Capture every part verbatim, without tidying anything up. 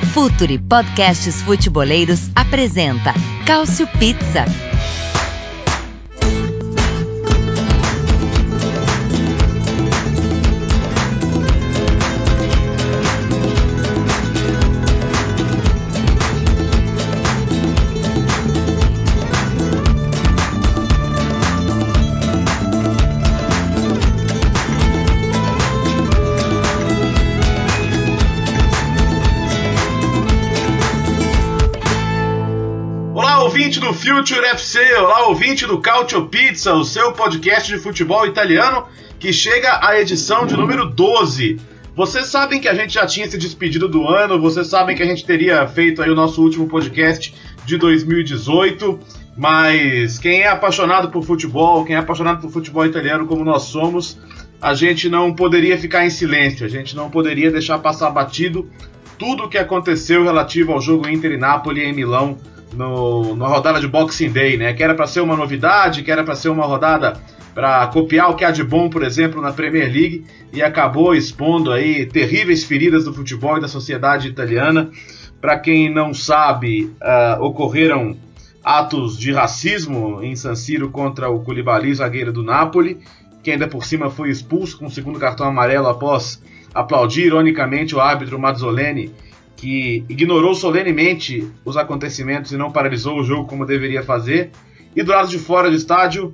Futuri Podcasts Futeboleiros apresenta Cálcio Pizza. Ouvinte do Future F C, olá ouvinte do Cálcio Pizza, o seu podcast de futebol italiano que chega à edição de número doze. Vocês sabem que a gente já tinha se despedido do ano, vocês sabem que a gente teria feito aí o nosso último podcast de dois mil e dezoito, mas quem é apaixonado por futebol, quem é apaixonado por futebol italiano como nós somos, a gente não poderia ficar em silêncio, a gente não poderia deixar passar batido tudo o que aconteceu relativo ao jogo Inter e Napoli em Milão, No, na rodada de Boxing Day, né? Que era para ser uma novidade, que era para ser uma rodada para copiar o que há de bom, por exemplo, na Premier League, e acabou expondo aí terríveis feridas do futebol e da sociedade italiana. Para quem não sabe, uh, ocorreram atos de racismo em San Siro contra o Koulibaly, zagueiro do Napoli, que ainda por cima foi expulso com o segundo cartão amarelo após aplaudir ironicamente o árbitro Mazzoleni, que ignorou solenemente os acontecimentos e não paralisou o jogo como deveria fazer. E do lado de fora do estádio,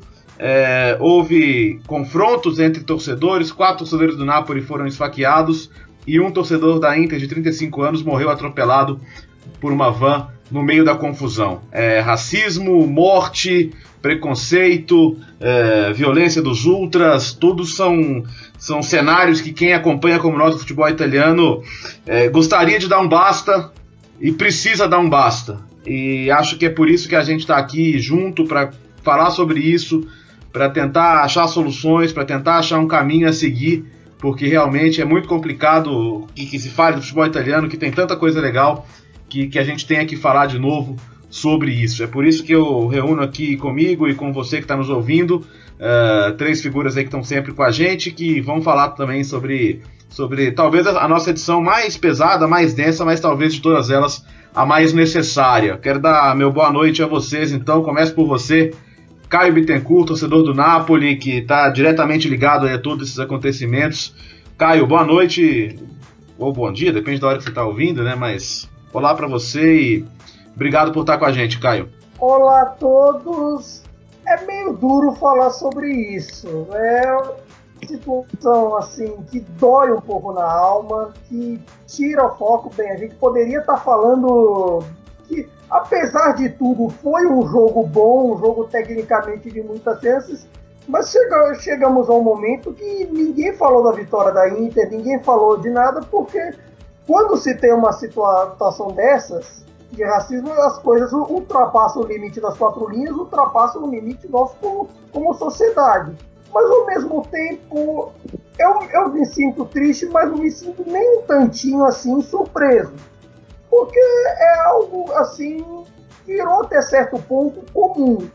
é, houve confrontos entre torcedores, quatro torcedores do Napoli foram esfaqueados e um torcedor da Inter de trinta e cinco anos morreu atropelado por uma van no meio da confusão. É, racismo, morte, preconceito, é, violência dos ultras, todos são, são cenários que quem acompanha como nós o futebol italiano é, gostaria de dar um basta e precisa dar um basta. E acho que é por isso que a gente está aqui junto para falar sobre isso, para tentar achar soluções, para tentar achar um caminho a seguir, porque realmente é muito complicado que, que se fale do futebol italiano, que tem tanta coisa legal, que, que a gente tenha que falar de novo sobre isso. É por isso que eu reúno aqui comigo e com você que está nos ouvindo, uh, três figuras aí que estão sempre com a gente, que vão falar também sobre, sobre talvez a, a nossa edição mais pesada, mais densa, mas talvez de todas elas a mais necessária. Quero dar meu boa noite a vocês, então começo por você, Caio Bittencourt, torcedor do Napoli, que está diretamente ligado a todos esses acontecimentos. Caio, boa noite, ou bom dia, depende da hora que você está ouvindo, né? Mas olá para você e obrigado por estar com a gente, Caio. Olá a todos. É meio duro falar sobre isso. É uma situação assim que dói um pouco na alma, que tira o foco. Bem, a gente poderia estar falando que, apesar de tudo, foi um jogo bom, um jogo tecnicamente de muitas chances, mas chega, chegamos a um momento que ninguém falou da vitória da Inter, ninguém falou de nada, porque quando se tem uma situação dessas de racismo, as coisas ultrapassam o limite das quatro linhas, ultrapassam o limite nosso como, como sociedade. Mas, ao mesmo tempo, eu, eu me sinto triste, mas não me sinto nem um tantinho, assim, surpreso. Porque é algo, assim, virou até certo ponto comum.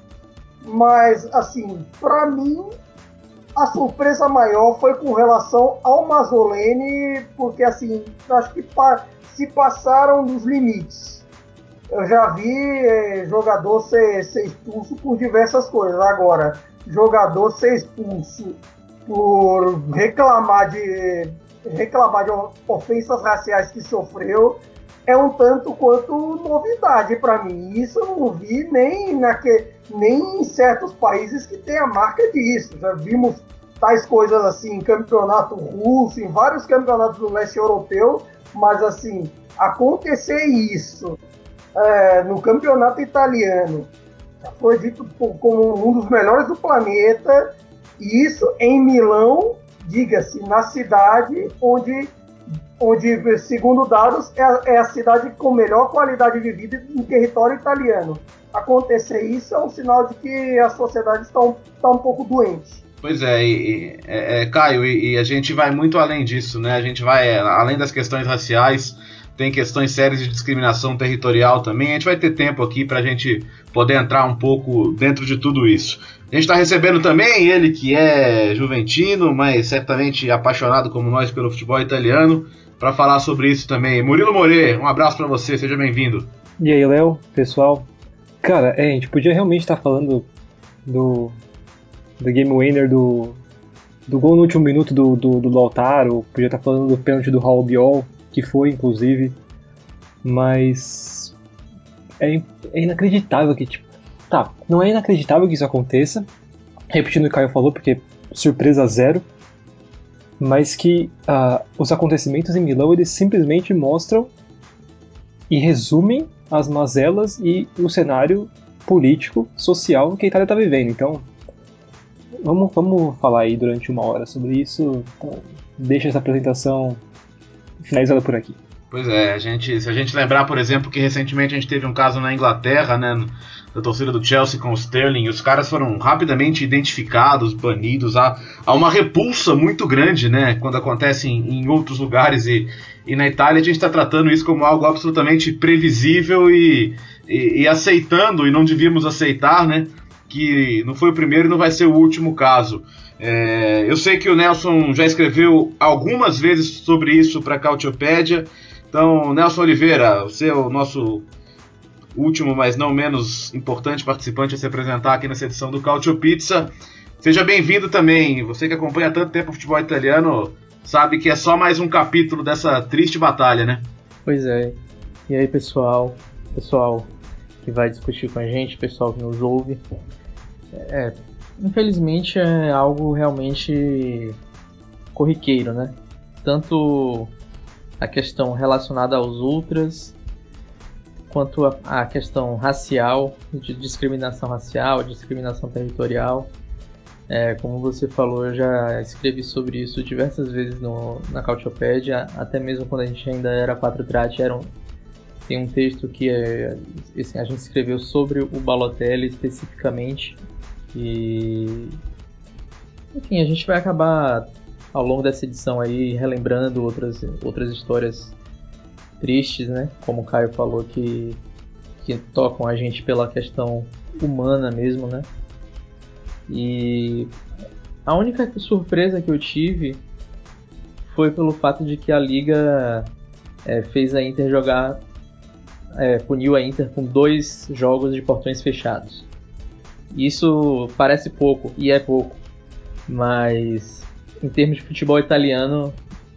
Mas, assim, para mim, a surpresa maior foi com relação ao Mazzoleni, porque, assim, acho que pa- se passaram dos limites. Eu já vi eh, jogador ser, ser expulso por diversas coisas. Agora, jogador ser expulso por reclamar de, reclamar de ofensas raciais que sofreu é um tanto quanto novidade para mim. Isso eu não vi nem, naque, nem em certos países que tem a marca disso. Já vimos tais coisas assim em campeonato russo, em vários campeonatos do leste europeu, mas assim, acontecer isso É, no campeonato italiano, já foi dito como um dos melhores do planeta, e isso em Milão, diga-se, na cidade onde, onde segundo dados, é a, é a cidade com melhor qualidade de vida em território italiano. Acontecer isso é um sinal de que a sociedade está um, está um pouco doente. Pois é, e, é, é, Caio, e, e a gente vai muito além disso, né? A gente vai, além das questões raciais, tem questões sérias de discriminação territorial também. A gente vai ter tempo aqui para a gente poder entrar um pouco dentro de tudo isso. A gente está recebendo também ele que é juventino, mas certamente apaixonado como nós pelo futebol italiano, para falar sobre isso também. Murilo Moret, um abraço para você, seja bem-vindo. E aí, Léo, pessoal? Cara, é, a gente podia realmente estar falando do, do game winner, do, do gol no último minuto do, do, do Lautaro, podia estar falando do pênalti do Raul Biol, que foi, inclusive, mas é, é inacreditável que, tipo, tá, não é inacreditável que isso aconteça, repetindo o que o Caio falou, porque surpresa zero, mas que uh, os acontecimentos em Milão, eles simplesmente mostram e resumem as mazelas e o cenário político, social que a Itália está vivendo. Então, vamos, vamos falar aí durante uma hora sobre isso. Então, deixa essa apresentação finalizada por aqui. Pois é, a gente, se a gente lembrar, por exemplo, que recentemente a gente teve um caso na Inglaterra, né, da torcida do Chelsea com o Sterling, e os caras foram rapidamente identificados, banidos, há, há uma repulsa muito grande, né, quando acontece em, em outros lugares, e, e na Itália a gente está tratando isso como algo absolutamente previsível e, e, e aceitando, e não devíamos aceitar, né, que não foi o primeiro e não vai ser o último caso. É, eu sei que o Nelson já escreveu algumas vezes sobre isso para a Cautiopédia. Então, Nelson Oliveira, você é o nosso último, mas não menos importante participante a se apresentar aqui nessa edição do Cautio Pizza. Seja bem-vindo também. Você que acompanha há tanto tempo o futebol italiano sabe que é só mais um capítulo dessa triste batalha, né? Pois é. E aí, pessoal? Pessoal que vai discutir com a gente, pessoal que nos ouve. É, infelizmente é algo realmente corriqueiro, né? Tanto a questão relacionada aos ultras, quanto a, a questão racial, de discriminação racial, discriminação territorial. É, como você falou, eu já escrevi sobre isso diversas vezes no, na Cautiopédia, até mesmo quando a gente ainda era quatro Trate, era um, tem um texto que é, assim, a gente escreveu sobre o Balotelli especificamente, e enfim, a gente vai acabar ao longo dessa edição aí relembrando outras, outras histórias tristes, né? Como o Caio falou, que, que tocam a gente pela questão humana mesmo, né? E a única surpresa que eu tive foi pelo fato de que a Liga é, fez a Inter jogar, é, puniu a Inter com dois jogos de portões fechados. Isso parece pouco, e é pouco, mas em termos de futebol italiano,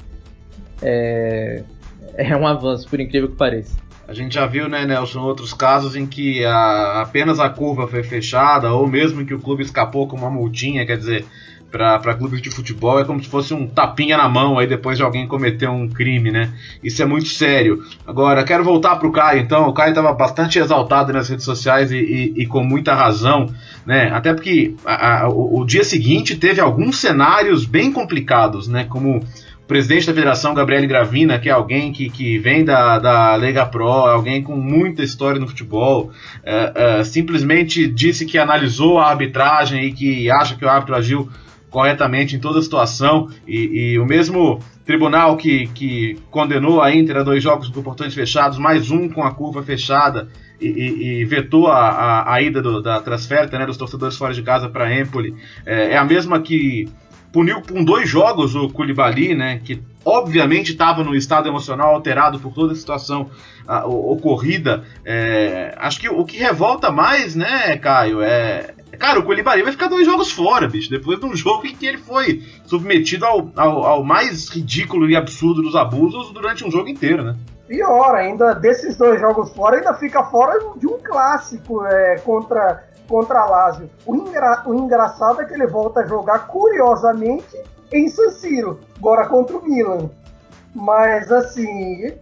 é, é um avanço, por incrível que pareça. A gente já viu, né, Nelson, outros casos em que a, apenas a curva foi fechada, ou mesmo que o clube escapou com uma multinha, quer dizer, para clubes de futebol é como se fosse um tapinha na mão aí depois de alguém cometer um crime, né? Isso é muito sério. Agora, quero voltar para o Caio, então. O Caio estava bastante exaltado nas redes sociais e, e, e com muita razão, né? Até porque a, a, o, o dia seguinte teve alguns cenários bem complicados, né? Como o presidente da federação, Gabriele Gravina, que é alguém que, que vem da, da Lega Pro, alguém com muita história no futebol, é, é, simplesmente disse que analisou a arbitragem e que acha que o árbitro agiu corretamente em toda a situação, e, e o mesmo tribunal que, que condenou a Inter a dois jogos com portões fechados, mais um com a curva fechada, e, e, e vetou a, a, a ida do, da transferta, né, dos torcedores fora de casa para Empoli, é, é a mesma que puniu com dois jogos o Koulibaly, né, que obviamente estava no estado emocional alterado por toda a situação a, ocorrida. É, acho que o que revolta mais, né, Caio, é... Cara, o Koulibaly vai ficar dois jogos fora, bicho, depois de um jogo em que ele foi submetido ao, ao, ao mais ridículo e absurdo dos abusos durante um jogo inteiro, né? Pior ainda, desses dois jogos fora, ainda fica fora de um clássico é, contra, contra a Lazio. O, engra, o engraçado é que ele volta a jogar, curiosamente, em San Siro, agora contra o Milan. Mas, assim,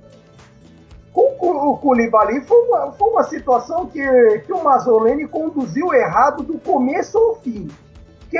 o, o Koulibaly foi uma, foi uma situação que, que o Mazzoleni conduziu errado do começo ao fim. Que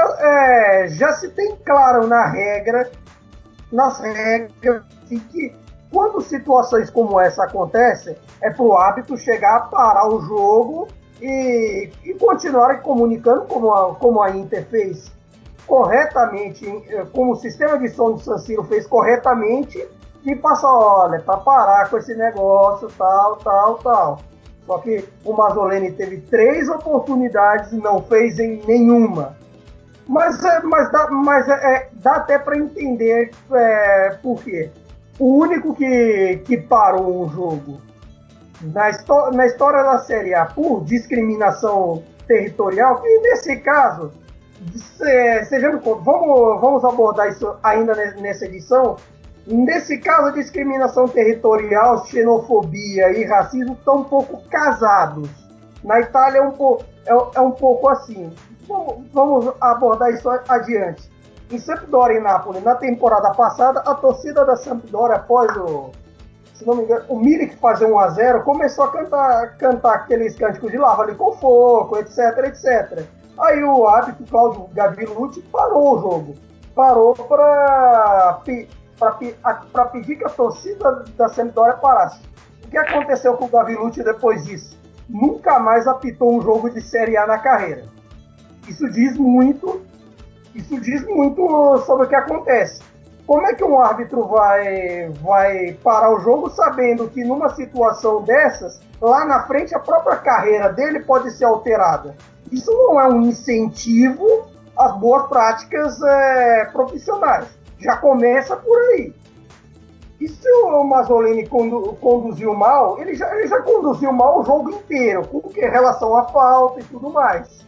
é, já se tem claro na regra, nas regras, assim, que quando situações como essa acontecem, é para o árbitro chegar a parar o jogo e, e continuar comunicando, como a, como a Inter fez corretamente, como o sistema de som do San Siro fez corretamente, e passar, olha, para parar com esse negócio, tal, tal, tal. Só que o Mazzoleni teve três oportunidades e não fez em nenhuma. Mas, mas, dá, mas é, dá até para entender é, por quê. o único que, que parou um jogo na, histó- na história da Série A por discriminação territorial, e nesse caso, se, sejamos vamos, vamos abordar isso ainda nessa edição. Nesse caso, a discriminação territorial, xenofobia e racismo estão um pouco casados. Na Itália é um, po, é, é um pouco assim. Vamos, vamos abordar isso adiante. Em Sampdoria e Nápoles, na temporada passada, a torcida da Sampdoria, após o, se não me engano, o Milik fazer um a zero, começou a cantar, cantar aqueles cânticos de lava ali com fogo, etc, etcétera. Aí o árbitro, Claudio Gavilucci, parou o jogo. Parou para para pedir que a torcida da Sampdoria parasse. O que aconteceu com o Gavilucci depois disso? Nunca mais apitou um jogo de Série A na carreira. Isso diz muito, isso diz muito sobre o que acontece. Como é que um árbitro vai, vai parar o jogo sabendo que numa situação dessas, lá na frente a própria carreira dele pode ser alterada? Isso não é um incentivo às boas práticas é, profissionais. Já começa por aí. E se o Mazzolini condu- conduziu mal, ele já, ele já conduziu mal o jogo inteiro, com que relação à falta e tudo mais.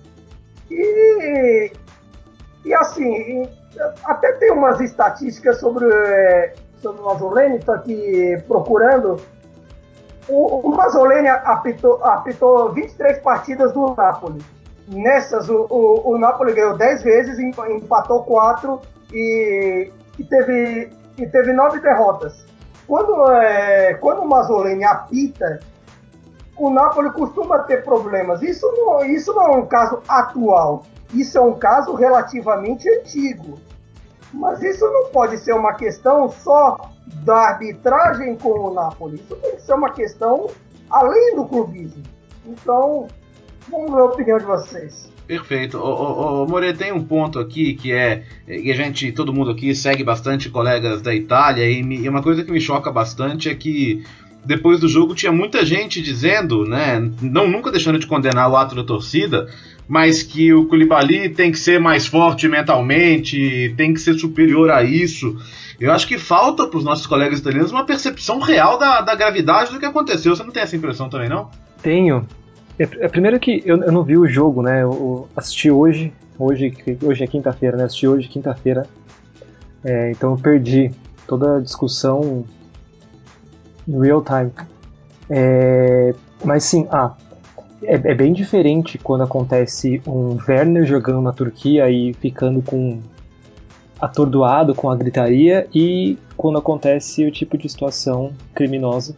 E, e assim, até tem umas estatísticas sobre, sobre o Mazzolini, estou aqui procurando. O, o Mazzolini apitou, apitou vinte e três partidas do Napoli. Nessas, o, o, o Napoli ganhou dez vezes, empatou quatro e, e, teve, e teve nove derrotas. Quando, é, quando o Mazzolini apita, o Napoli costuma ter problemas. Isso não, isso não é um caso atual, isso é um caso relativamente antigo. Mas isso não pode ser uma questão só da arbitragem com o Napoli. Isso tem que ser uma questão além do clubismo. Então, vamos ver a opinião de vocês. Perfeito. O, o, o Moreira, tem um ponto aqui que é, e a gente, todo mundo aqui segue bastante colegas da Itália, e, me, e uma coisa que me choca bastante é que depois do jogo tinha muita gente dizendo, né, não, nunca deixando de condenar o ato da torcida, mas que o Koulibaly tem que ser mais forte mentalmente, tem que ser superior a isso. Eu acho que falta para os nossos colegas italianos uma percepção real da, da gravidade do que aconteceu. Você não tem essa impressão também, não? Tenho. É, é, primeiro que eu, eu não vi o jogo, né? Eu, eu assisti hoje, hoje, hoje é quinta-feira, né? Assisti hoje, quinta-feira. É, então eu perdi toda a discussão em real time. É, mas sim, ah, é, é bem diferente quando acontece um Werner jogando na Turquia e ficando com atordoado com a gritaria, e quando acontece o tipo de situação criminosa,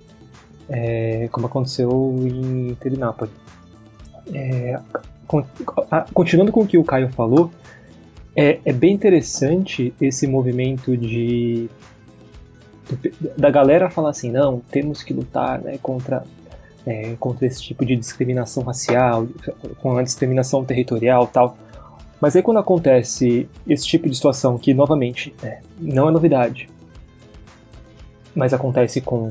é, como aconteceu em Inter e Napoli. É, continuando com o que o Caio falou, é, é bem interessante esse movimento de da galera falar assim, não, temos que lutar, né, contra, é, contra esse tipo de discriminação racial, com a discriminação territorial e tal. Mas aí quando acontece esse tipo de situação, que novamente é, não é novidade, mas acontece com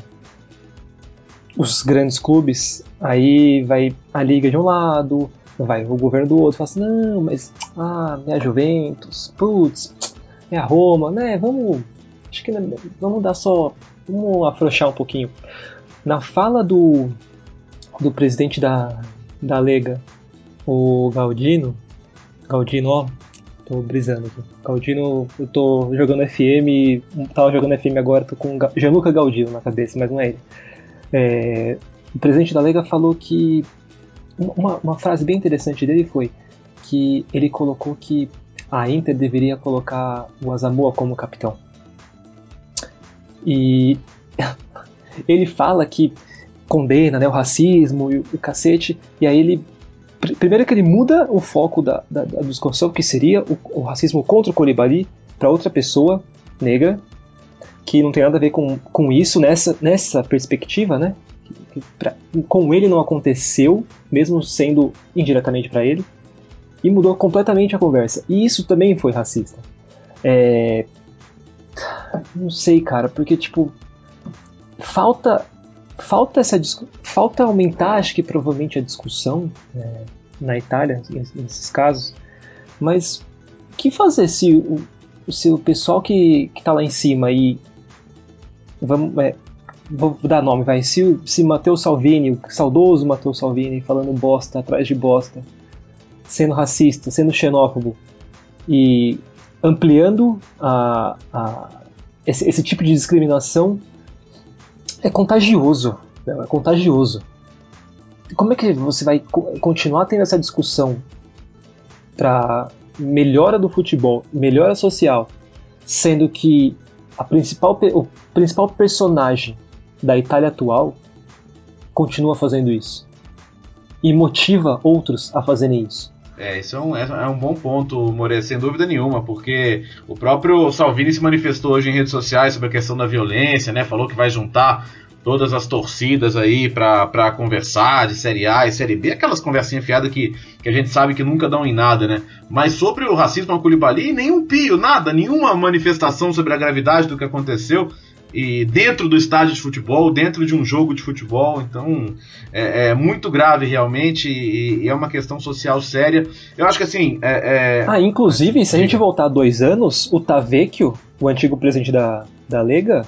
os grandes clubes, aí vai a liga de um lado, vai o governo do outro, fala assim, não, mas ah, é a Juventus, putz, é a Roma, né, vamos, acho que vamos dar só, vamos afrouxar um pouquinho. Na fala do, do presidente da, da Lega, o Galdino, Galdino, ó, tô brisando aqui, Galdino, eu tô jogando F M, tava jogando F M agora, tô com Gianluca Galdino na cabeça, mas não é ele. É, o presidente da Lega falou que uma, uma frase bem interessante dele foi que ele colocou que a Inter deveria colocar o Asamoah como capitão. E ele fala que condena, né, o racismo e o, o cacete, e aí ele pr- primeiro que ele muda o foco da, da, da discussão, que seria o, o racismo contra o Koulibaly, para outra pessoa negra que não tem nada a ver com, com isso nessa, nessa perspectiva, né? Que, que pra, com ele não aconteceu, mesmo sendo indiretamente para ele, e mudou completamente a conversa. E isso também foi racista. É... Não sei, cara, porque tipo falta falta essa discu... falta aumentar, acho que provavelmente a discussão é, na Itália nesses casos. Mas o que fazer se o, se o pessoal que, que tá lá em cima e vamos, é, vou dar nome, vai, se, se Matteo Salvini, o saudoso Matteo Salvini, falando bosta atrás de bosta, sendo racista, sendo xenófobo e ampliando a, a, esse, esse tipo de discriminação, é contagioso, né? É contagioso. Como é que você vai continuar tendo essa discussão para melhora do futebol, melhora social, sendo que a principal, o principal personagem da Itália atual continua fazendo isso e motiva outros a fazerem isso? É, isso é um, é um bom ponto, Moreira, sem dúvida nenhuma, porque o próprio Salvini se manifestou hoje em redes sociais sobre a questão da violência, né? Falou que vai juntar todas as torcidas aí pra, pra conversar de Série A e Série B, aquelas conversinhas fiadas que, que a gente sabe que nunca dão em nada, né? Mas sobre o racismo ao Koulibaly, nenhum pio, nada, nenhuma manifestação sobre a gravidade do que aconteceu e dentro do estádio de futebol, dentro de um jogo de futebol. Então é, é muito grave realmente e, e é uma questão social séria. Eu acho que assim... É, é... Ah, inclusive, se a gente voltar dois anos, o Tavecchio, o antigo presidente da, da Lega,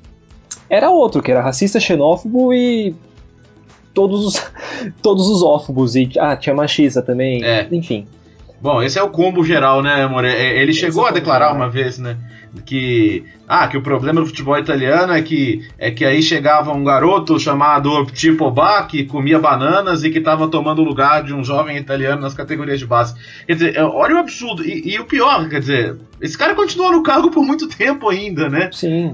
era outro, que era racista, xenófobo e todos os, todos os ófobos. E, ah, tinha machista também, é. Enfim. Bom, esse é o combo geral, né, amor? Ele chegou a declarar uma vez, né, que, ah, que o problema do futebol italiano é que, é que aí chegava um garoto chamado Tipo Bá, que comia bananas e que estava tomando o lugar de um jovem italiano nas categorias de base. Quer dizer, olha o absurdo. E, e o pior, quer dizer, esse cara continua no cargo por muito tempo ainda, né? Sim.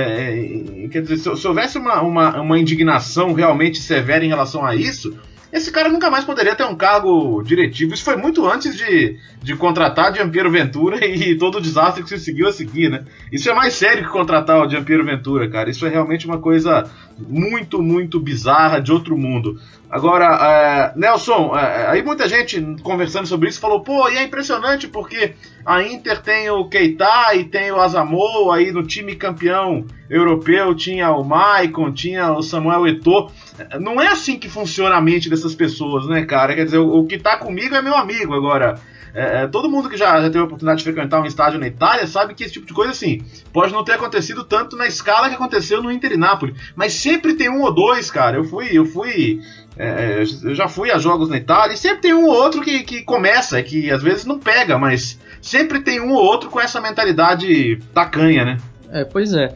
É, é, quer dizer, se, se houvesse uma, uma, uma indignação realmente severa em relação a isso, esse cara nunca mais poderia ter um cargo diretivo. Isso foi muito antes de, de contratar Gianpiero Ventura e todo o desastre que se seguiu a seguir, né? Isso é mais sério que contratar o Gianpiero Ventura, cara. Isso é realmente uma coisa muito, muito bizarra, de outro mundo. Agora, uh, Nelson, uh, aí muita gente conversando sobre isso falou, pô, e é impressionante porque a Inter tem o Keita e tem o Asamoah, aí no time campeão europeu tinha o Maicon, tinha o Samuel Eto'o. Não é assim que funciona a mente dessas pessoas, né, cara? Quer dizer, o, o que tá comigo é meu amigo. Agora, é, todo mundo que já, já teve a oportunidade de frequentar um estádio na Itália sabe que esse tipo de coisa, assim, pode não ter acontecido tanto na escala que aconteceu no Inter e Napoli, mas sempre tem um ou dois, cara. Eu fui, eu fui, é, eu já fui a jogos na Itália e sempre tem um ou outro que, que começa, que às vezes não pega, mas sempre tem um ou outro com essa mentalidade tacanha, né? É, pois é.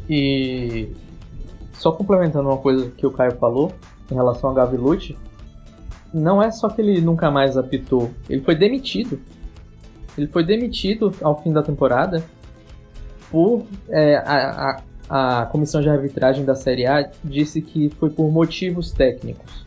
E só complementando uma coisa que o Caio falou em relação a Gavilucci, não é só que ele nunca mais apitou, ele foi demitido. Ele foi demitido ao fim da temporada por é, a, a, a comissão de arbitragem da Série A disse que foi por motivos técnicos.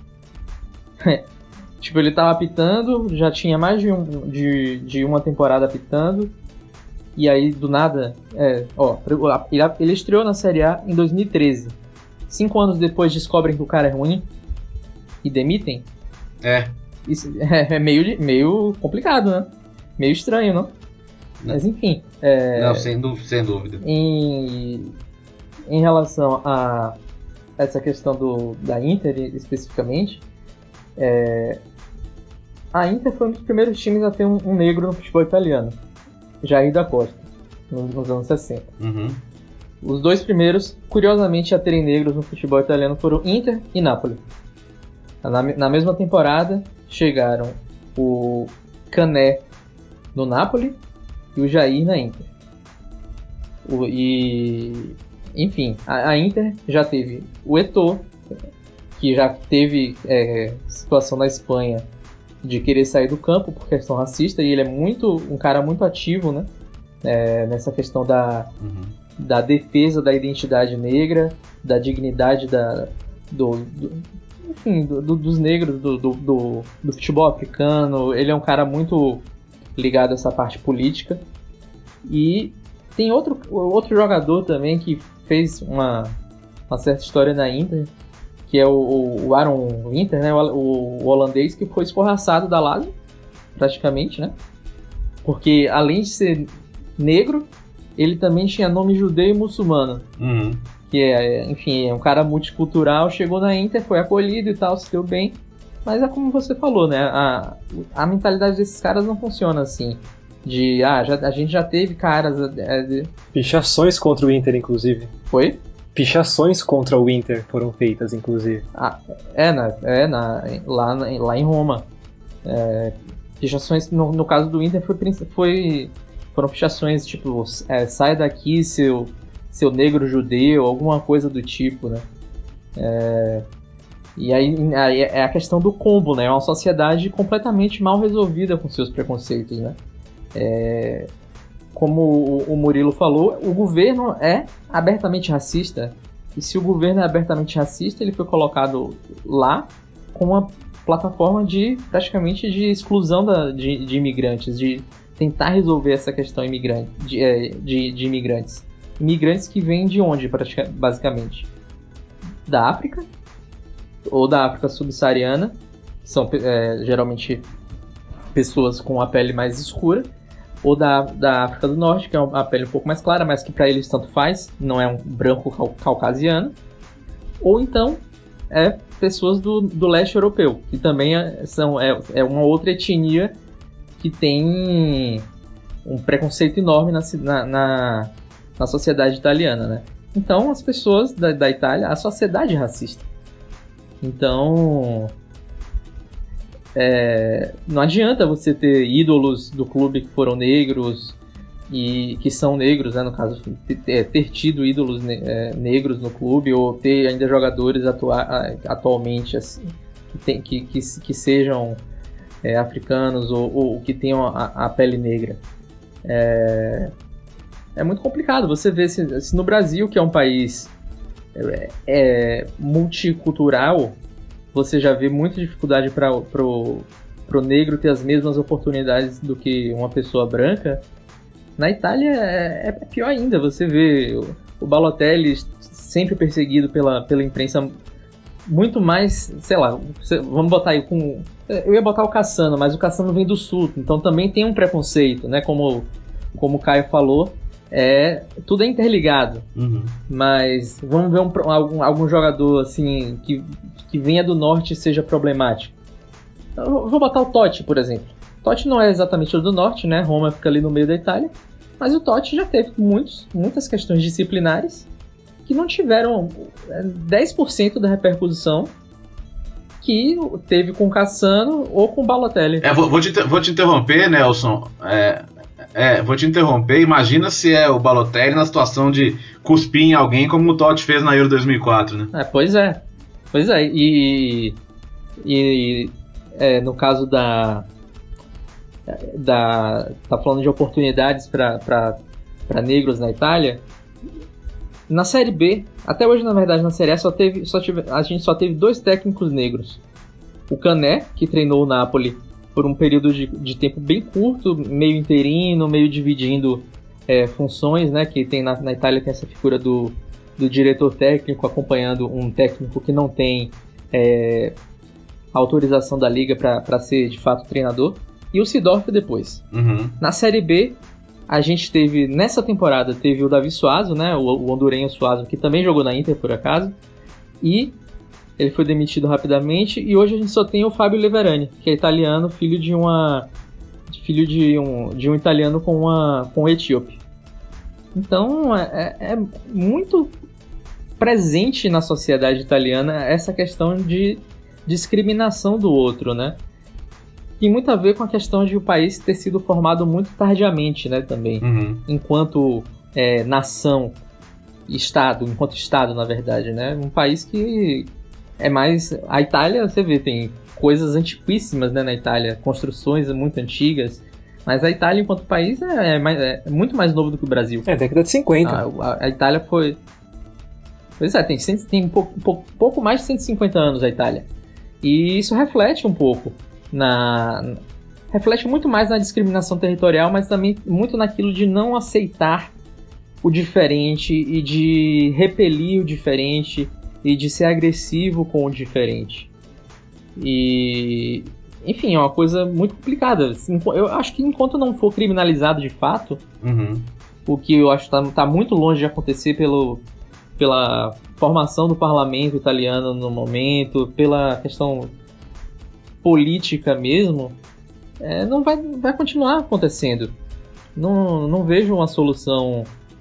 Tipo, ele tava apitando, já tinha mais de, um, de, de uma temporada apitando, e aí do nada, é, ó, ele estreou na Série A em dois mil e treze. Cinco anos depois descobrem que o cara é ruim e demitem. É. Isso é, é meio, meio complicado, né? Meio estranho, não? não. Mas enfim. É, não, sem dúvida. Sem dúvida. Em, em relação a essa questão do, da Inter especificamente, é, a Inter foi um dos primeiros times a ter um, um negro no futebol italiano. Jair da Costa, nos anos sessenta. Uhum. Os dois primeiros, curiosamente, a terem negros no futebol italiano foram Inter e Napoli. Na, na mesma temporada, chegaram o Cané no Napoli e o Jair na Inter. O, e, enfim, a, a Inter já teve o Eto'o, que já teve é, situação na Espanha de querer sair do campo por questão racista, e ele é muito um cara muito ativo, né? É, nessa questão da, uhum. da defesa da identidade negra, da dignidade da, do, do, enfim, do, do, dos negros, do, do, do, do futebol africano. Ele é um cara muito ligado a essa parte política. E tem outro, outro jogador também que fez uma, uma certa história na Inter, que é o, o Aaron Winter, né, o, o holandês, que foi escorraçado da Lazio, praticamente, né? Porque além de ser negro, ele também tinha nome judeu e muçulmano. Uhum. Que é, enfim, é um cara multicultural, chegou na Inter, foi acolhido e tal, se deu bem. Mas é como você falou, né? A, a mentalidade desses caras não funciona assim. De, ah, já, a gente já teve caras... É, de... Pichações contra o Inter, inclusive. Foi? Pichações contra o Inter foram feitas, inclusive. Ah, é, na, é na, lá, lá em Roma. É, pichações, no, no caso do Inter, foi, foi, foram pichações tipo, é, sai daqui, seu, seu negro judeu, alguma coisa do tipo, né? É, e aí, aí é a questão do combo, né? É uma sociedade completamente mal resolvida com seus preconceitos, né? É, como o, o Murilo falou, o governo é abertamente racista. E se o governo é abertamente racista, ele foi colocado lá com uma plataforma de, praticamente, de exclusão da, de, de imigrantes, de tentar resolver essa questão imigrante, de, de, de imigrantes. Imigrantes que vêm de onde, basicamente? Da África, ou da África subsaariana, que são é, geralmente pessoas com a pele mais escura, ou da, da África do Norte, que é uma pele um pouco mais clara, mas que para eles tanto faz, não é um branco cau- caucasiano, ou então é pessoas do, do leste europeu, que também é, são, é, é uma outra etnia que tem um preconceito enorme na, na, na sociedade italiana, né? Então, as pessoas da, da Itália, a sociedade é racista. Então, é, não adianta você ter ídolos do clube que foram negros e que são negros, né, no caso, ter, ter tido ídolos ne, é, negros no clube ou ter ainda jogadores atua, atualmente assim, que, tem, que, que, que sejam é, africanos ou, ou que tenham a, a pele negra. É, é muito complicado. Você vê se, se no Brasil, que é um país é, é, multicultural, você já vê muita dificuldade para pro, pro negro ter as mesmas oportunidades do que uma pessoa branca. Na Itália é, é pior ainda. Você vê o, o Balotelli sempre perseguido pela, pela imprensa, muito mais, sei lá, vamos botar aí com... Eu ia botar o Cassano, mas o Cassano vem do Sul, então também tem um preconceito, né? Como, como o Caio falou, é, tudo é interligado. Uhum. Mas vamos ver um, algum, algum jogador assim que, que venha do norte e seja problemático. Eu vou botar o Totti, por exemplo. O Totti não é exatamente do norte, né? Roma fica ali no meio da Itália. Mas o Totti já teve muitos, muitas questões disciplinares que não tiveram dez por cento da repercussão que teve com o Cassano ou com o Balotelli. É, vou, vou, te, vou te interromper, Nelson. É, é, vou te interromper. Imagina se é o Balotelli na situação de cuspir em alguém como o Totti fez na Euro dois mil e quatro, né? É, pois é. Pois é. E, e é, no caso da... da tá falando de oportunidades para negros na Itália. Na Série B, até hoje na verdade na Série A só teve, só tive, a gente só teve dois técnicos negros. O Cané, que treinou o Napoli por um período de, de tempo bem curto, meio interino, meio dividindo é, funções, né? Que tem na, na Itália tem essa figura do, do diretor técnico acompanhando um técnico que não tem é, autorização da liga para ser de fato treinador. E o Seedorf depois. Uhum. Na Série B, a gente teve, nessa temporada, teve o Davi Suazo, né, o, o hondurenho Suazo, que também jogou na Inter, por acaso, e ele foi demitido rapidamente, e hoje a gente só tem o Fábio Leverani, que é italiano, filho de uma filho de um, de um italiano com, uma, com um etíope. Então, é, é muito presente na sociedade italiana essa questão de discriminação do outro, né? Tem muito a ver com a questão de o país ter sido formado muito tardiamente, né, também. Uhum. Enquanto é, nação, Estado, enquanto Estado, na verdade, né? Um país que é mais... A Itália, você vê, tem coisas antiquíssimas, né, na Itália, construções muito antigas, mas a Itália, enquanto país, é, mais, é muito mais novo do que o Brasil. É, década de cinquenta. A, a, a Itália foi... Pois é, tem, tem um pouco, pouco, pouco mais de cento e cinquenta anos a Itália. E isso reflete um pouco Na, reflete muito mais na discriminação territorial, mas também muito naquilo de não aceitar o diferente e de repelir o diferente e de ser agressivo com o diferente. E, enfim, é uma coisa muito complicada. Eu acho que enquanto não for criminalizado de fato, uhum. o que eu acho que está tá muito longe de acontecer pelo, pela formação do parlamento italiano no momento, pela questão política mesmo, é, não vai, vai continuar acontecendo. não, não vejo uma solução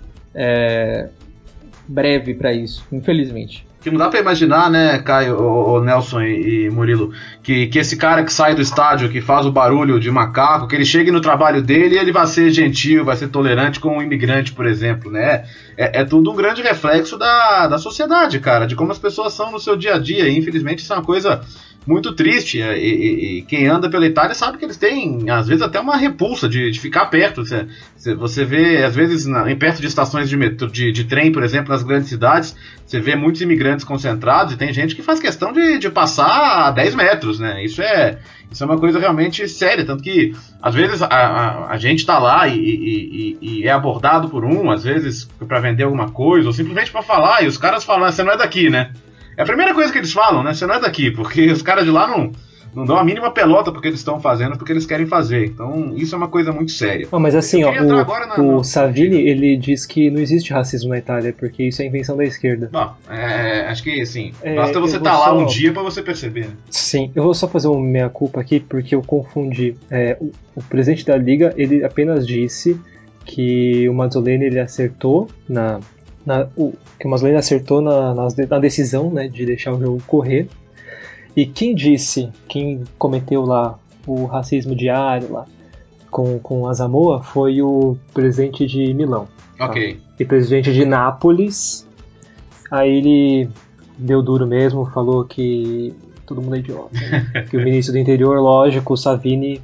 é, breve para isso, infelizmente. Que não dá pra imaginar, né, Caio, o, o Nelson e, e Murilo, que, que esse cara que sai do estádio, que faz o barulho de macaco, que ele chegue no trabalho dele e ele vai ser gentil, vai ser tolerante com um imigrante, por exemplo, né? É, é tudo um grande reflexo da, da sociedade, cara, de como as pessoas são no seu dia a dia. E infelizmente isso é uma coisa muito triste. E, e, e quem anda pela Itália sabe que eles têm, às vezes, até uma repulsa de, de ficar perto. Você, você vê, às vezes, na, em perto de estações de, metro, de, de trem, por exemplo, nas grandes cidades, você vê muitos imigrantes concentrados e tem gente que faz questão de, de passar a dez metros, né? Isso é, isso é uma coisa realmente séria, tanto que às vezes a, a, a gente tá lá e, e, e, e é abordado por um, às vezes para vender alguma coisa, ou simplesmente para falar, e os caras falam, você não é daqui, né? É a primeira coisa que eles falam, né? Você não é daqui, porque os caras de lá não, não dão a mínima pelota porque eles estão fazendo, porque eles querem fazer. Então, isso é uma coisa muito séria. Oh, mas assim, ó, o, na, o na... Savini, ele diz que não existe racismo na Itália, porque isso é invenção da esquerda. Bom, é, acho que, assim, é, basta você estar tá só... lá um dia pra você perceber. Né? Sim, eu vou só fazer um meia-culpa aqui, porque eu confundi. É, o, o presidente da Liga, ele apenas disse que o Mazzoleni, ele acertou na... na o, que o Mazzoleni acertou na, na, na decisão, né, de deixar o jogo correr. E quem disse, quem cometeu lá o racismo diário lá com, com a Zamoa foi o presidente de Milão. Ok. Tá? E presidente de Nápoles, aí ele deu duro mesmo, falou que todo mundo é idiota. Né? Que o ministro do interior, lógico, o Savini,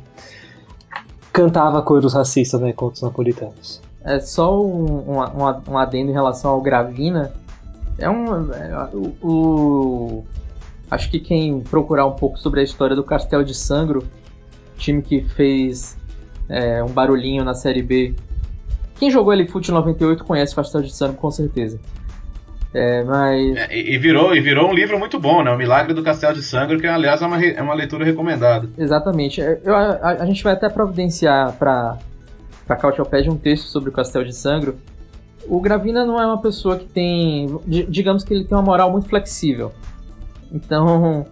cantava coisas racistas, né, contra os napolitanos. É só um, um, um adendo em relação ao Gravina. É um... É, o, o Acho que quem procurar um pouco sobre a história do Castel de Sangro, time que fez é, um barulhinho na Série B. Quem jogou ali Fute noventa e oito conhece o Castel de Sangro, com certeza. É, mas... É, e, virou, e virou um livro muito bom, né? O Milagre do Castel de Sangro, que aliás é uma, é uma leitura recomendada. Exatamente. Eu, a, a gente vai até providenciar para a Cautiopédia um texto sobre o Castel de Sangro. O Gravina não é uma pessoa que tem... Digamos que ele tem uma moral muito flexível. Então,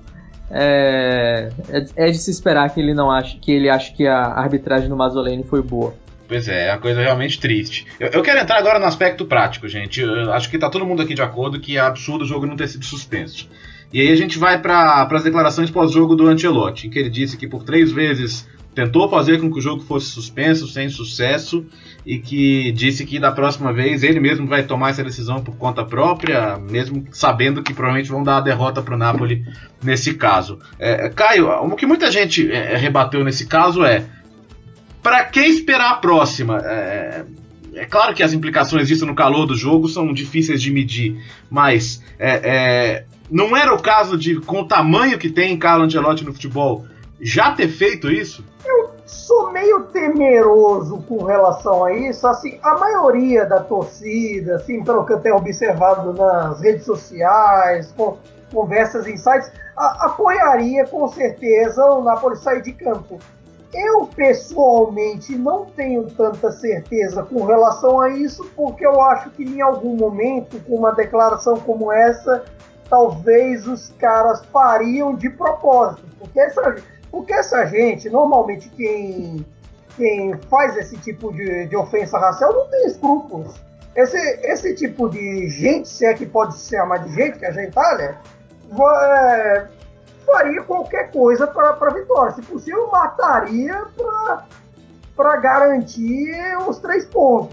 é, é de se esperar que ele não ache, que ele ache que a arbitragem do Mazzoleni foi boa. Pois é, é uma coisa realmente triste. Eu, eu quero entrar agora no aspecto prático, gente. Eu acho que tá todo mundo aqui de acordo que é absurdo o jogo não ter sido suspenso. E aí a gente vai para as declarações pós-jogo do Ancelotti, em que ele disse que por três vezes tentou fazer com que o jogo fosse suspenso, sem sucesso, e que disse que da próxima vez ele mesmo vai tomar essa decisão por conta própria, mesmo sabendo que provavelmente vão dar a derrota para o Napoli nesse caso. É, Caio, o que muita gente é, rebateu nesse caso é: para que esperar a próxima? É, é claro que as implicações disso no calor do jogo são difíceis de medir, mas é, é, não era o caso de, com o tamanho que tem Carlo Ancelotti no futebol, já ter feito isso? Eu sou meio temeroso com relação a isso. Assim, a maioria da torcida, assim, pelo que eu tenho observado nas redes sociais, com conversas em sites, a, apoiaria com certeza o Napoli sair de campo. Eu, pessoalmente, não tenho tanta certeza com relação a isso, porque eu acho que em algum momento, com uma declaração como essa, talvez os caras fariam de propósito, porque essa... Porque essa gente, normalmente quem, quem faz esse tipo de, de ofensa racial não tem escrúpulos. Esse, esse tipo de gente, se é que pode se chamar de gente, que é a gentalha, é, faria qualquer coisa para a vitória. Se possível, mataria para garantir os três pontos.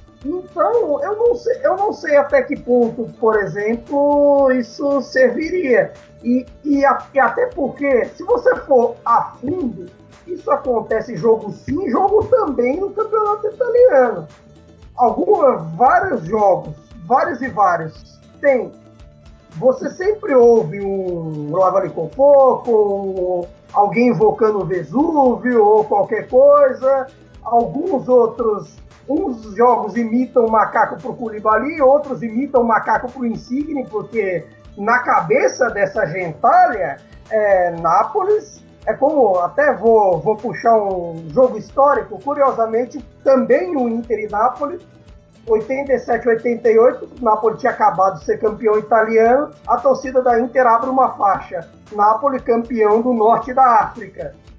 Então, eu não, sei, eu não sei até que ponto, por exemplo, isso serviria. E, e, a, e até porque, se você for a fundo, isso acontece jogo sim, jogo também no campeonato italiano. Algumas, vários jogos, vários e vários, tem. Você sempre ouve um Lavali com Foco, alguém invocando o Vesúvio ou qualquer coisa. Alguns outros... Uns jogos imitam o macaco pro Koulibaly, outros imitam o macaco pro Insigne, porque na cabeça dessa gentalha, é, Nápoles, é como, até vou, vou puxar um jogo histórico, curiosamente, também o Inter e Nápoles, oitenta e sete, oitenta e oito, o Nápoles tinha acabado de ser campeão italiano, a torcida da Inter abre uma faixa, Nápoles campeão do norte da África.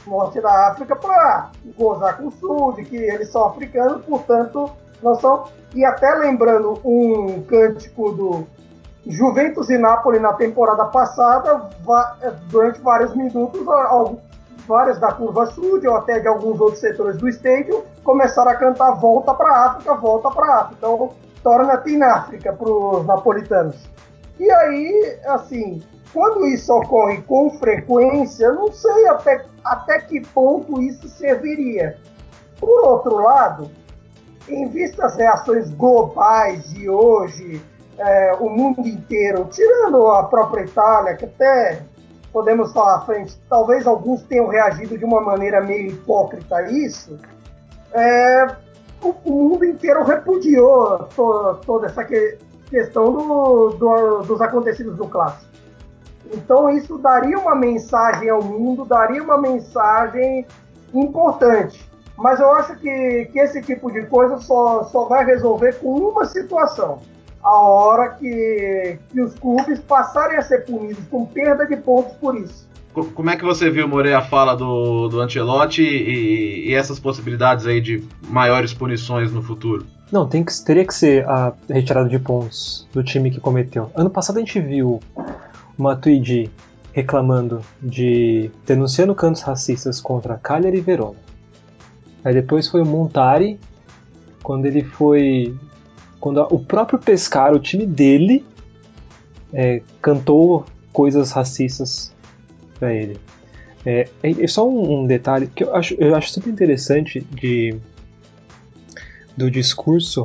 norte da África para gozar com o sul, de que eles são africanos, portanto, nós somos... E até lembrando um cântico do Juventus e Napoli na temporada passada, durante vários minutos, vários da curva sul, ou até de alguns outros setores do estádio, começaram a cantar volta para a África, volta para a África. Então, torna-te na África para os napolitanos. E aí, assim, quando isso ocorre com frequência, eu não sei até, até que ponto isso serviria. Por outro lado, em vista das reações globais de hoje, é, o mundo inteiro, tirando a própria Itália, que até podemos falar à frente, talvez alguns tenham reagido de uma maneira meio hipócrita a isso, é, o, o mundo inteiro repudiou to, toda essa que, questão do, do, dos acontecidos do Clássico. Então isso daria uma mensagem ao mundo, daria uma mensagem importante. Mas eu acho que, que esse tipo de coisa só, só vai resolver com uma situação. A hora que, que os clubes passarem a ser punidos com perda de pontos por isso. Como é que você viu, Morei, a fala do, do Ancelotti e, e essas possibilidades aí de maiores punições no futuro? Não, tem que, teria que ser a retirada de pontos do time que cometeu. Ano passado a gente viu o Matuidi reclamando de... denunciando cantos racistas contra Cagliari e Verona. Aí depois foi o Montari, quando ele foi... quando o próprio Pescara, o time dele, é, cantou coisas racistas para ele. É, é só um, um detalhe que eu acho, eu acho super interessante de, do discurso,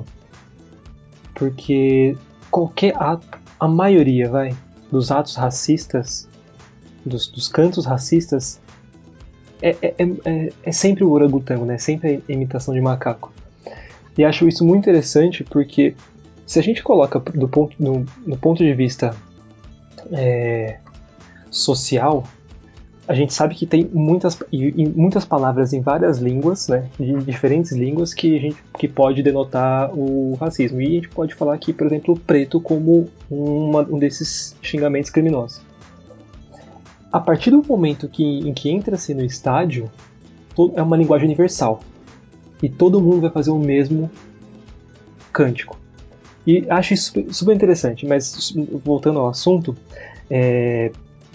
porque qualquer ato, a maioria, vai, dos atos racistas, dos, dos cantos racistas, é, é, é, é sempre o orangotango, né? Sempre a imitação de macaco. E acho isso muito interessante porque se a gente coloca do ponto, no, no ponto de vista é, social, a gente sabe que tem muitas, e, e muitas palavras em várias línguas, né, de diferentes línguas, que, a gente, que pode denotar o racismo. E a gente pode falar aqui, por exemplo, preto como uma, um desses xingamentos criminosos. A partir do momento que, em que entra-se no estádio, é uma linguagem universal. E todo mundo vai fazer o mesmo cântico. E acho isso super interessante, mas voltando ao assunto, é,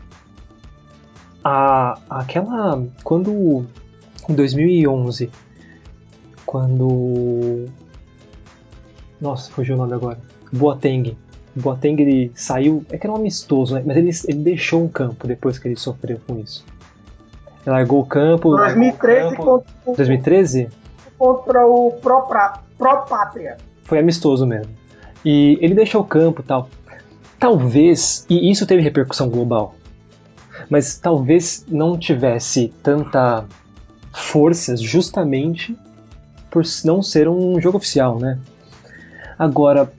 a, aquela, quando, em dois mil e onze, quando, nossa, fugiu o nome agora, Boateng, Boateng ele saiu, é que era um amistoso, né? Mas ele, ele deixou um campo depois que ele sofreu com isso. Ele largou o campo, dois mil e treze, largou o campo, contra, dois mil e treze? Contra o Pro, Pro Pátria. Foi amistoso mesmo. E ele deixou o campo e tal. Talvez, e isso teve repercussão global, mas talvez não tivesse tanta força justamente por não ser um jogo oficial, né? Agora,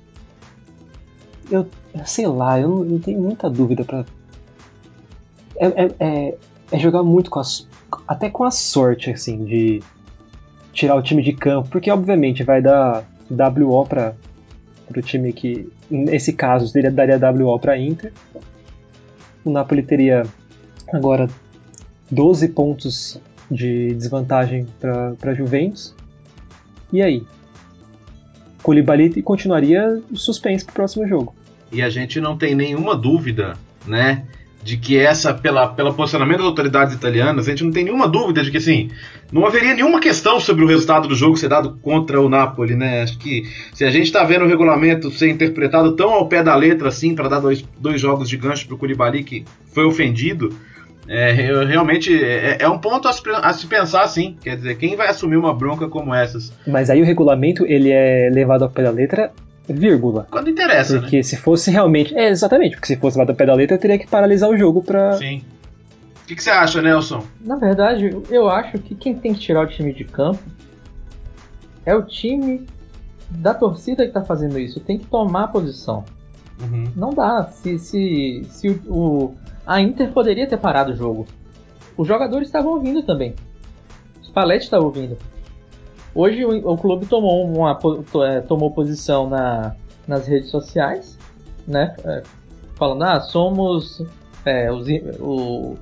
eu sei lá, eu não, eu tenho muita dúvida pra... É, é, é, é jogar muito com a, até com a sorte, assim, de tirar o time de campo, porque obviamente vai dar W O para o time que, nesse caso, daria W O para Inter. O Napoli teria agora doze pontos de desvantagem para Juventus. E aí? Koulibaly continuaria suspenso para o próximo jogo. E a gente não tem nenhuma dúvida, né, de que essa, pela, pelo posicionamento das autoridades italianas, a gente não tem nenhuma dúvida de que, assim, não haveria nenhuma questão sobre o resultado do jogo ser dado contra o Napoli, né? Acho que se a gente está vendo o regulamento ser interpretado tão ao pé da letra, assim, para dar dois, dois jogos de gancho para o Koulibaly, que foi ofendido, é, realmente é, é um ponto a se, a se pensar, assim. Quer dizer, quem vai assumir uma bronca como essas? Mas aí o regulamento, ele é levado ao pé da letra... vírgula. Quando interessa, porque né? se fosse realmente... É, exatamente, porque se fosse levado ao pé da letra, teria que paralisar o jogo pra... Sim. O que, que você acha, Nelson? Na verdade, eu acho que quem tem que tirar o time de campo é o time da torcida que tá fazendo isso. Tem que tomar posição. Uhum. Não dá. Se, se, se o, o, a Inter poderia ter parado o jogo. Os jogadores estavam ouvindo também. O Spalletti estava ouvindo. Hoje o, o clube tomou, uma, tomou posição na, nas redes sociais, né? É, falando, ah, somos... É, os, o,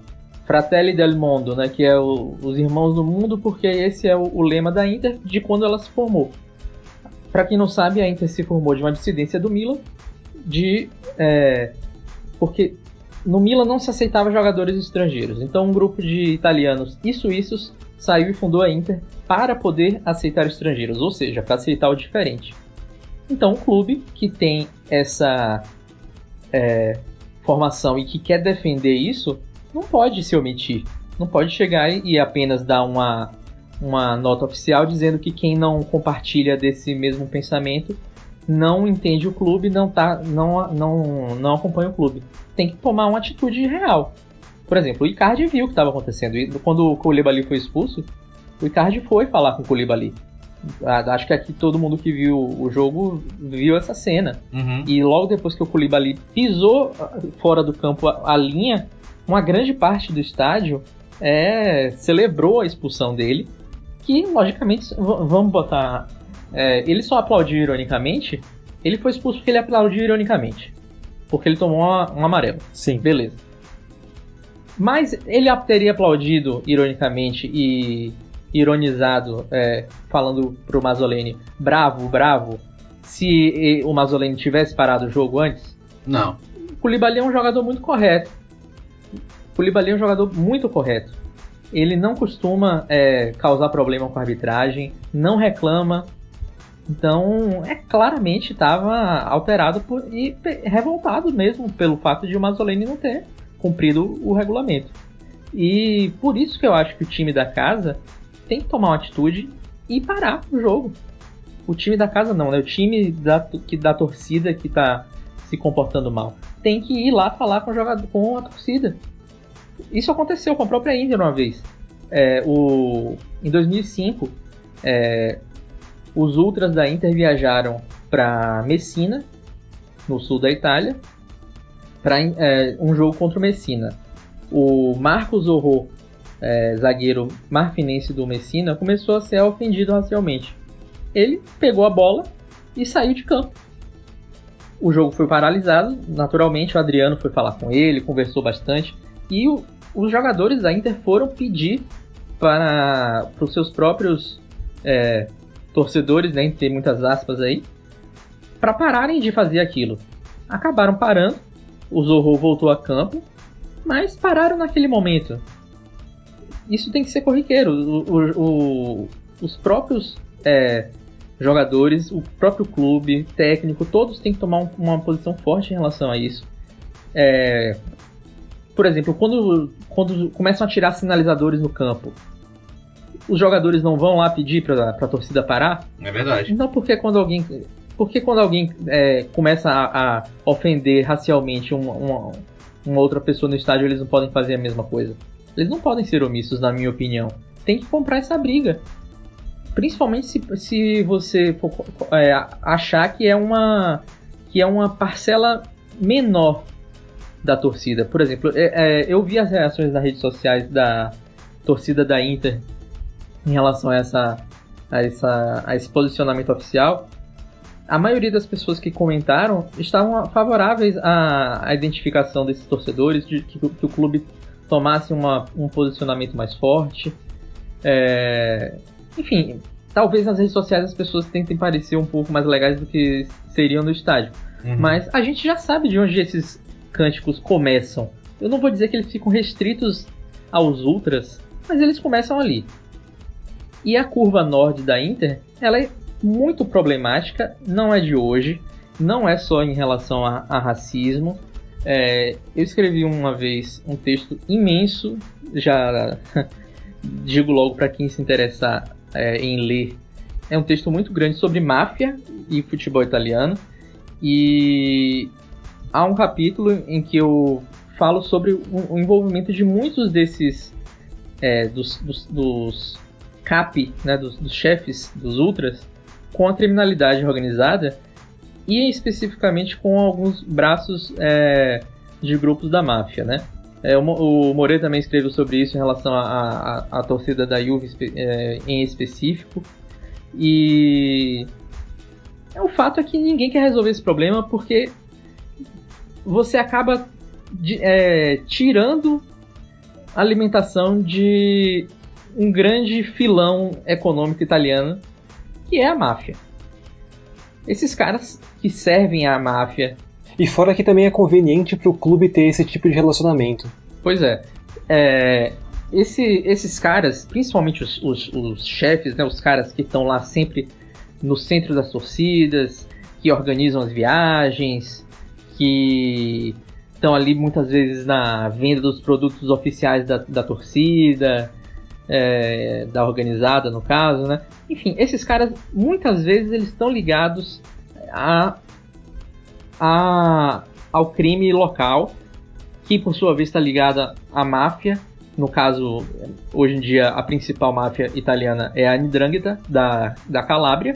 Fratelli del Mondo, né, que é o, os irmãos do mundo, porque esse é o, o lema da Inter de quando ela se formou. Para quem não sabe, a Inter se formou de uma dissidência do Milan, de, é, porque no Milan não se aceitava jogadores estrangeiros. Então um grupo de italianos e suíços saiu e fundou a Inter para poder aceitar estrangeiros, ou seja, para aceitar o diferente. Então um clube que tem essa é, formação e que quer defender isso, não pode se omitir. Não pode chegar e apenas dar uma, uma nota oficial dizendo que quem não compartilha desse mesmo pensamento não entende o clube, não, tá, não, não, não acompanha o clube. Tem que tomar uma atitude real. Por exemplo, o Icardi viu o que estava acontecendo. E quando o Koulibaly foi expulso, o Icardi foi falar com o Koulibaly. Acho que aqui todo mundo que viu o jogo viu essa cena. Uhum. E logo depois que o Koulibaly pisou fora do campo a, a linha, uma grande parte do estádio é, celebrou a expulsão dele. Que, logicamente, v- vamos botar... É, ele só aplaudiu ironicamente. Ele foi expulso porque ele aplaudiu ironicamente. Porque ele tomou uma, um amarelo. Sim. Beleza. Mas ele teria aplaudido ironicamente e ironizado, é, falando pro Mazzoleni, bravo, bravo, se o Mazzoleni tivesse parado o jogo antes? Não. O Koulibaly é um jogador muito correto. O Koulibaly é um jogador muito correto. Ele não costuma é, causar problema com a arbitragem, não reclama. Então, é claramente estava alterado por, e revoltado mesmo pelo fato de o Mazzoleni não ter cumprido o regulamento. E por isso que eu acho que o time da casa tem que tomar uma atitude e parar o jogo. O time da casa não, né? O time da, que, da torcida que está se comportando mal tem que ir lá falar com, o jogador, com a torcida. Isso aconteceu com a própria Inter uma vez. É, o, em dois mil e cinco, é, os ultras da Inter viajaram para Messina, no sul da Itália, para é, um jogo contra o Messina. O Marcos Orro, é, zagueiro marfinense do Messina, começou a ser ofendido racialmente. Ele pegou a bola e saiu de campo. O jogo foi paralisado, naturalmente o Adriano foi falar com ele, conversou bastante, e o, os jogadores da Inter foram pedir para, para os seus próprios é, torcedores, né, tem muitas aspas aí, para pararem de fazer aquilo. Acabaram parando, o Zorro voltou a campo, mas pararam naquele momento. Isso tem que ser corriqueiro. O, o, o, os próprios é, jogadores, o próprio clube, técnico, todos têm que tomar um, uma posição forte em relação a isso. É, por exemplo, quando, quando começam a tirar sinalizadores no campo, os jogadores não vão lá pedir para a torcida parar? É verdade. Então por que quando alguém, por que quando alguém é, começa a, a ofender racialmente uma, uma, uma outra pessoa no estádio, eles não podem fazer a mesma coisa? Eles não podem ser omissos, na minha opinião. Tem que comprar essa briga. Principalmente se, se você for, é, achar que é, uma, que é uma parcela menor da torcida. Por exemplo, é, é, eu vi as reações nas redes sociais da torcida da Inter em relação a, essa, a, essa, a esse posicionamento oficial. A maioria das pessoas que comentaram estavam favoráveis à, à identificação desses torcedores, de que, que o clube tomasse uma, um posicionamento mais forte. É, enfim, talvez nas redes sociais as pessoas tentem parecer um pouco mais legais do que seriam no estádio. Uhum. Mas a gente já sabe de onde esses cânticos começam. Eu não vou dizer que eles ficam restritos aos ultras, mas eles começam ali. E a curva norte da Inter, ela é muito problemática, não é de hoje, não é só em relação a, a racismo. É, eu escrevi uma vez um texto imenso, já digo logo para quem se interessar é, em ler, é um texto muito grande sobre máfia e futebol italiano, e há um capítulo em que eu falo sobre o, o envolvimento de muitos desses é, dos, dos, dos capi, né, dos, dos chefes dos ultras com a criminalidade organizada e especificamente com alguns braços é, de grupos da máfia, né? É, o, o Moreira também escreveu sobre isso em relação à a, a, a torcida da Juve é, em específico. E é, o fato é que ninguém quer resolver esse problema porque você acaba de, é, tirando a alimentação de um grande filão econômico italiano, que é a máfia. Esses caras que servem à máfia. E fora que também é conveniente para o clube ter esse tipo de relacionamento. Pois é. é esse, esses caras, principalmente os, os, os chefes, né, os caras que estão lá sempre no centro das torcidas, que organizam as viagens, que estão ali muitas vezes na venda dos produtos oficiais da, da torcida, é, da organizada no caso, né? Enfim, esses caras muitas vezes eles estão ligados a, a, ao crime local, que por sua vez está ligada à máfia. No caso, hoje em dia a principal máfia italiana é a 'Ndrangheta da, da Calábria.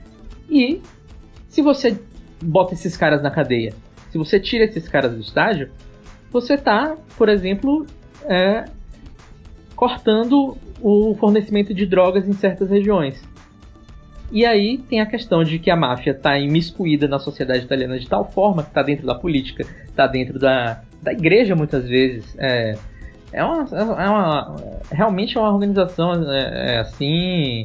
E se você bota esses caras na cadeia, se você tira esses caras do estádio, você está, por exemplo, é, cortando o fornecimento de drogas em certas regiões. E aí tem a questão de que a máfia está imiscuída na sociedade italiana de tal forma que está dentro da política, está dentro da, da igreja muitas vezes. É, é, uma, é uma, realmente é uma organização é, é, assim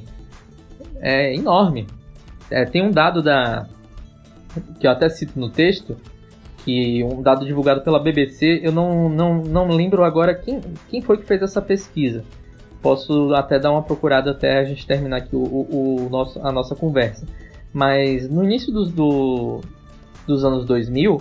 é, enorme. É, tem um dado da, que eu até cito no texto, que um dado divulgado pela B B C, eu não, não, não lembro agora quem, quem foi que fez essa pesquisa. Posso até dar uma procurada até a gente terminar aqui o, o, o nosso, a nossa conversa. Mas no início dos, do, dos anos dois mil,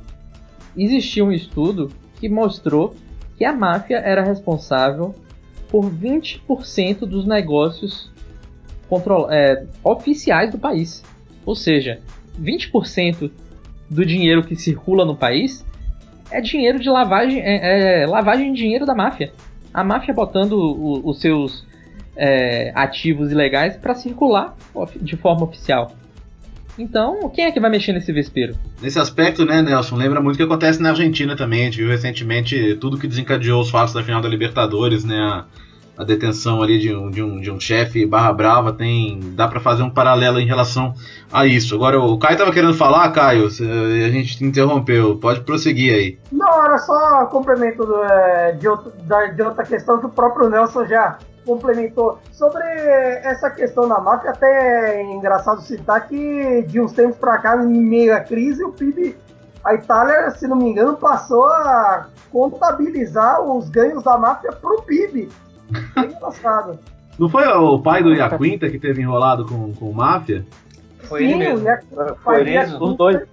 existia um estudo que mostrou que a máfia era responsável por vinte por cento dos negócios control, é, oficiais do país. Ou seja, vinte por cento do dinheiro que circula no país é dinheiro de lavagem, é, é lavagem de dinheiro da máfia. A máfia botando o, os seus é, ativos ilegais para circular de forma oficial. Então, quem é que vai mexer nesse vespeiro? Nesse aspecto, né, Nelson, lembra muito o que acontece na Argentina também. A gente viu recentemente tudo que desencadeou os fatos da final da Libertadores, né, a, a detenção ali de um, de um, de um chefe barra brava, tem, dá para fazer um paralelo em relação a isso. Agora, o Caio estava querendo falar, Caio, a gente te interrompeu, pode prosseguir aí. Não, era só complemento do, é, de, outro, da, de outra questão que o próprio Nelson já complementou. Sobre essa questão da máfia, até é engraçado citar que de uns tempos para cá, em meio à crise, o P I B, a Itália, se não me engano, passou a contabilizar os ganhos da máfia pro P I B. É engraçado. Não foi o pai do Iaquinta que teve enrolado com, com máfia? Foi ele mesmo. O foi ele mesmo. Os dois.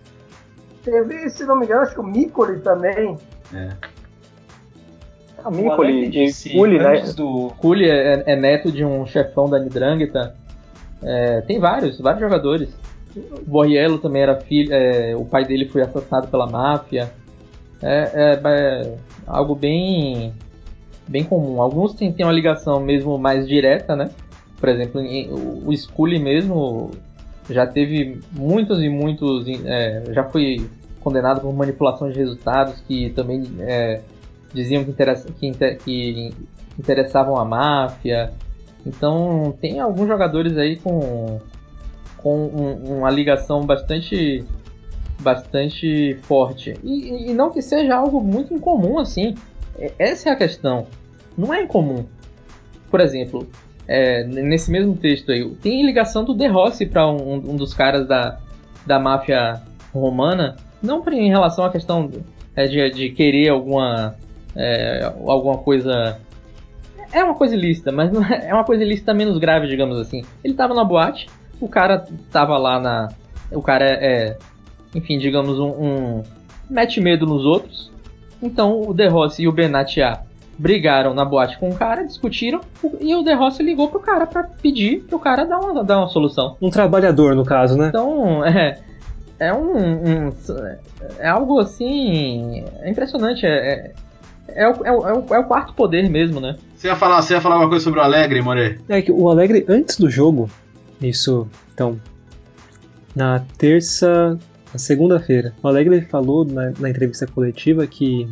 Teve, se não me engano, acho que o Micoli também. É. O Micoli e Culi, né? Do... Culi é, é neto de um chefão da 'Ndrangheta. É, tem vários, vários jogadores. O Borriello também era filho, é, o pai dele foi assassinado pela máfia. É, é, é algo bem, bem comum. Alguns têm, têm uma ligação mesmo mais direta, né? Por exemplo, o Scully mesmo já teve muitos e muitos, é, já foi condenado por manipulação de resultados, que também é, diziam que, interessa, que, inter, que interessavam a máfia. Então tem alguns jogadores aí com, com um, uma ligação bastante, bastante forte. E, e não que seja algo muito incomum assim. Essa é a questão. Não é incomum. Por exemplo, é, nesse mesmo texto aí, tem ligação do De Rossi para um, um dos caras da, da máfia romana. Não em relação à questão é, de, de querer alguma, é, alguma coisa... É uma coisa ilícita, mas não é, é uma coisa ilícita menos grave, digamos assim. Ele tava na boate, o cara tava lá na... O cara é, é enfim, digamos, um, um... mete medo nos outros. Então o De Rossi e o Benatia brigaram na boate com o cara, discutiram, e o De Rossi ligou pro cara pra pedir pro cara dar uma, dar uma solução. Um trabalhador, no caso, né? Então, é... É um, um... É algo assim... É impressionante, é... É o, é, o, é o quarto poder mesmo, né? Você ia falar, você ia falar uma coisa sobre o Alegre, More? É que o Alegre, antes do jogo, isso, então, na terça, na segunda-feira, o Alegre falou na, na entrevista coletiva que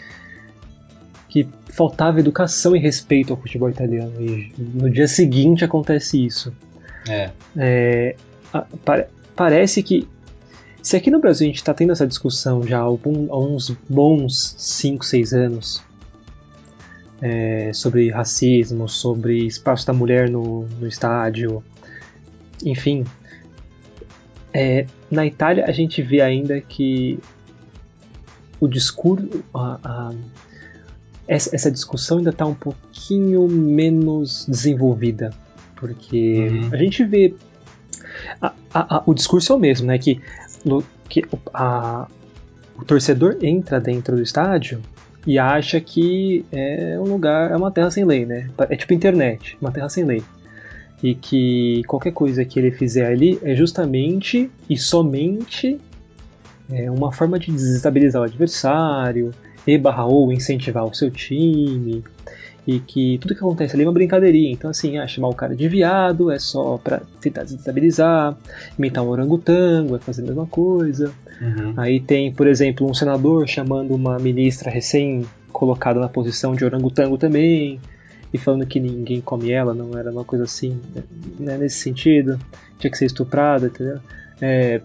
que faltava educação e respeito ao futebol italiano, e no dia seguinte acontece isso. É. é a, pa, parece que se aqui no Brasil a gente está tendo essa discussão já há, algum, há uns bons cinco, seis anos, é, sobre racismo, sobre espaço da mulher no, no estádio, enfim. É, na Itália a gente vê ainda que o discurso, a, a, essa, essa discussão ainda está um pouquinho menos desenvolvida, porque uhum. a gente vê a, a, a, o discurso é o mesmo, né? Que, que a, o torcedor entra dentro do estádio e acha que é um lugar, é uma terra sem lei, né? É tipo internet, uma terra sem lei. E que qualquer coisa que ele fizer ali é justamente e somente é, uma forma de desestabilizar o adversário, e barra ou incentivar o seu time, e que tudo que acontece ali é uma brincadeirinha. Então, assim, ah, chamar o cara de viado é só pra tentar desestabilizar, imitar um orangotango é fazer a mesma coisa. Uhum. Aí tem, por exemplo, um senador chamando uma ministra recém-colocada na posição de orangotango também, e falando que ninguém come ela, não era uma coisa assim, né, nesse sentido, tinha que ser estuprada, entendeu? É,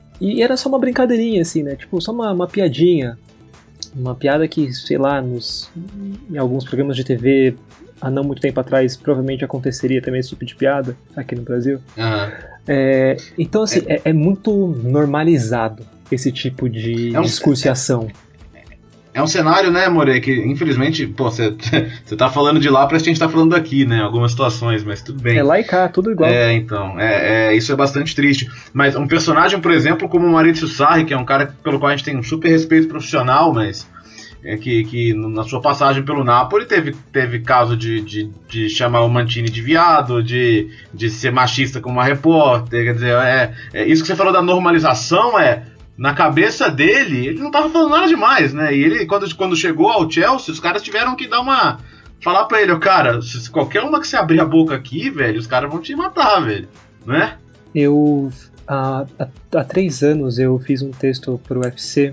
e era só uma brincadeirinha, assim, né? Tipo, só uma, uma piadinha. Uma piada que, sei lá, nos, em alguns programas de T V, há não muito tempo atrás, provavelmente aconteceria também esse tipo de piada aqui no Brasil. Uhum. É, então, assim, é... É, é muito normalizado esse tipo de é um, discurso e ação. É um cenário, né, More, que infelizmente, pô, você tá falando de lá, parece que a gente tá falando daqui, né, algumas situações, mas tudo bem. É lá e cá, tudo igual. É, então, é, é, isso é bastante triste. Mas um personagem, por exemplo, como o Maurizio Sarri, que é um cara pelo qual a gente tem um super respeito profissional, mas é que, que na sua passagem pelo Napoli teve, teve caso de, de, de chamar o Mantini de viado, de, de ser machista com uma repórter, quer dizer, é, é, isso que você falou da normalização é... Na cabeça dele, ele não tava falando nada demais, né? E ele, quando, quando chegou ao Chelsea, os caras tiveram que dar uma... Falar pra ele, ó, cara, se qualquer uma que você abrir a boca aqui, velho, os caras vão te matar, velho. Né? Eu, há, há, há três anos, eu fiz um texto pro U F C,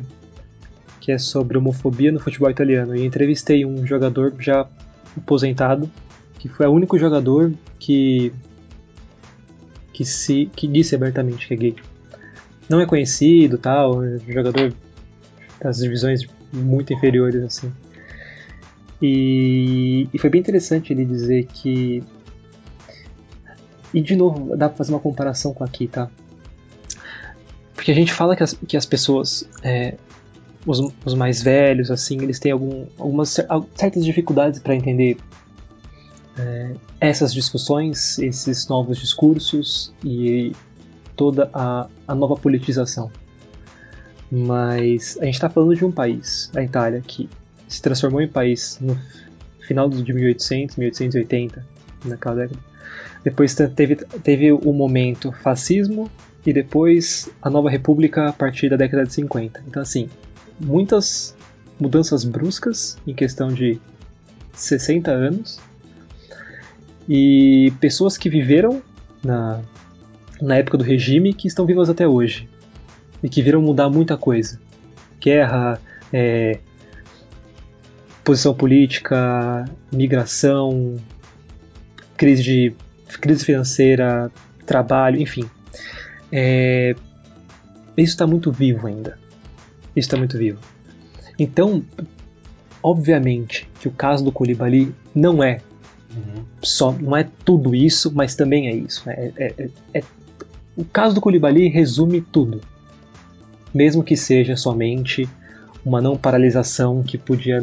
que é sobre homofobia no futebol italiano, e entrevistei um jogador já aposentado, que foi o único jogador que, que, se, que disse abertamente que é gay. Não é conhecido, tal, é um jogador das divisões muito inferiores, assim. E, e foi bem interessante ele dizer que... E, de novo, dá pra fazer uma comparação com aqui, tá? Porque a gente fala que as, que as pessoas, é, os, os mais velhos, assim, eles têm algum, algumas certas dificuldades para entender é, essas discussões, esses novos discursos e... toda a, a nova politização. Mas a gente está falando de um país, a Itália, que se transformou em país no final de mil e oitocentos, mil oitocentos e oitenta, naquela década. Depois teve, teve o momento fascismo e depois a nova república a partir da década de cinquenta. Então, assim, muitas mudanças bruscas em questão de sessenta anos e pessoas que viveram na na época do regime, que estão vivas até hoje e que viram mudar muita coisa. Guerra, é, posição política, migração, crise, de, crise financeira, trabalho, enfim. É, isso está muito vivo ainda. Isso está muito vivo. Então, obviamente que o caso do Koulibaly não é uhum. só, não é tudo isso, mas também é isso. É, é, é, o caso do Koulibaly resume tudo, mesmo que seja somente uma não paralisação que podia...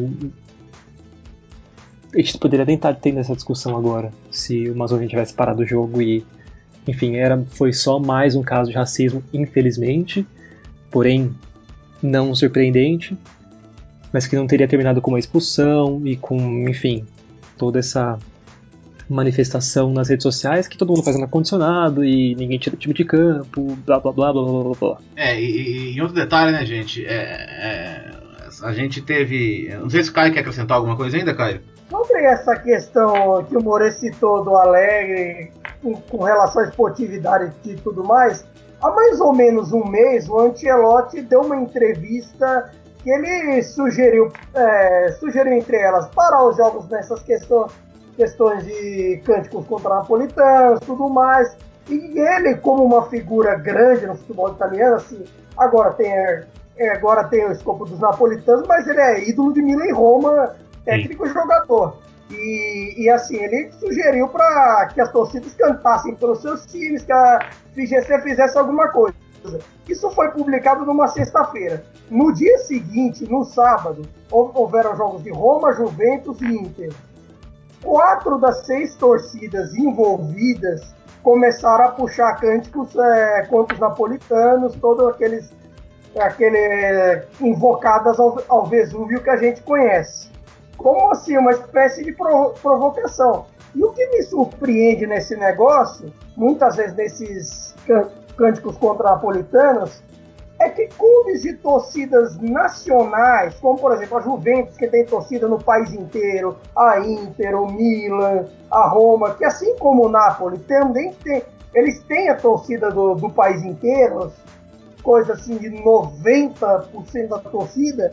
A gente poderia tentar ter essa discussão agora, se o Mazzoni tivesse parado o jogo e... Enfim, era, foi só mais um caso de racismo, infelizmente, porém não surpreendente, mas que não teria terminado com uma expulsão e com, enfim, toda essa... manifestação nas redes sociais que todo mundo faz no ar-condicionado e ninguém tira o time de campo, blá blá blá blá blá blá. É, e, e outro detalhe, né, gente? É, é, a gente teve. Não sei se o Caio quer acrescentar alguma coisa ainda, Caio? Sobre essa questão que o More citou do Alegre com, com relação à esportividade e tudo mais, há mais ou menos um mês o Ancelotti deu uma entrevista que ele sugeriu, é, sugeriu entre elas parar os jogos nessas questões. questões de cânticos contra napolitanos, tudo mais, e ele, como uma figura grande no futebol italiano, assim, agora tem, é, agora tem o escopo dos napolitanos, mas ele é ídolo de Milan e Roma, técnico e jogador. E, e assim, ele sugeriu para que as torcidas cantassem pelos seus times, que a F G C fizesse alguma coisa. Isso foi publicado numa sexta-feira. No dia seguinte, no sábado, houveram jogos de Roma, Juventus e Inter. Quatro das seis torcidas envolvidas começaram a puxar cânticos é, contra os napolitanos, todos aqueles aquele, invocadas ao, ao Vesúvio que a gente conhece. Como assim? Uma espécie de provo- provocação. E o que me surpreende nesse negócio, muitas vezes nesses can- cânticos contra napolitanos, é que clubes de torcidas nacionais, como por exemplo a Juventus, que tem torcida no país inteiro, a Inter, o Milan, a Roma, que assim como o Napoli também tem, eles têm a torcida do, do país inteiro, coisa assim de noventa por cento da torcida,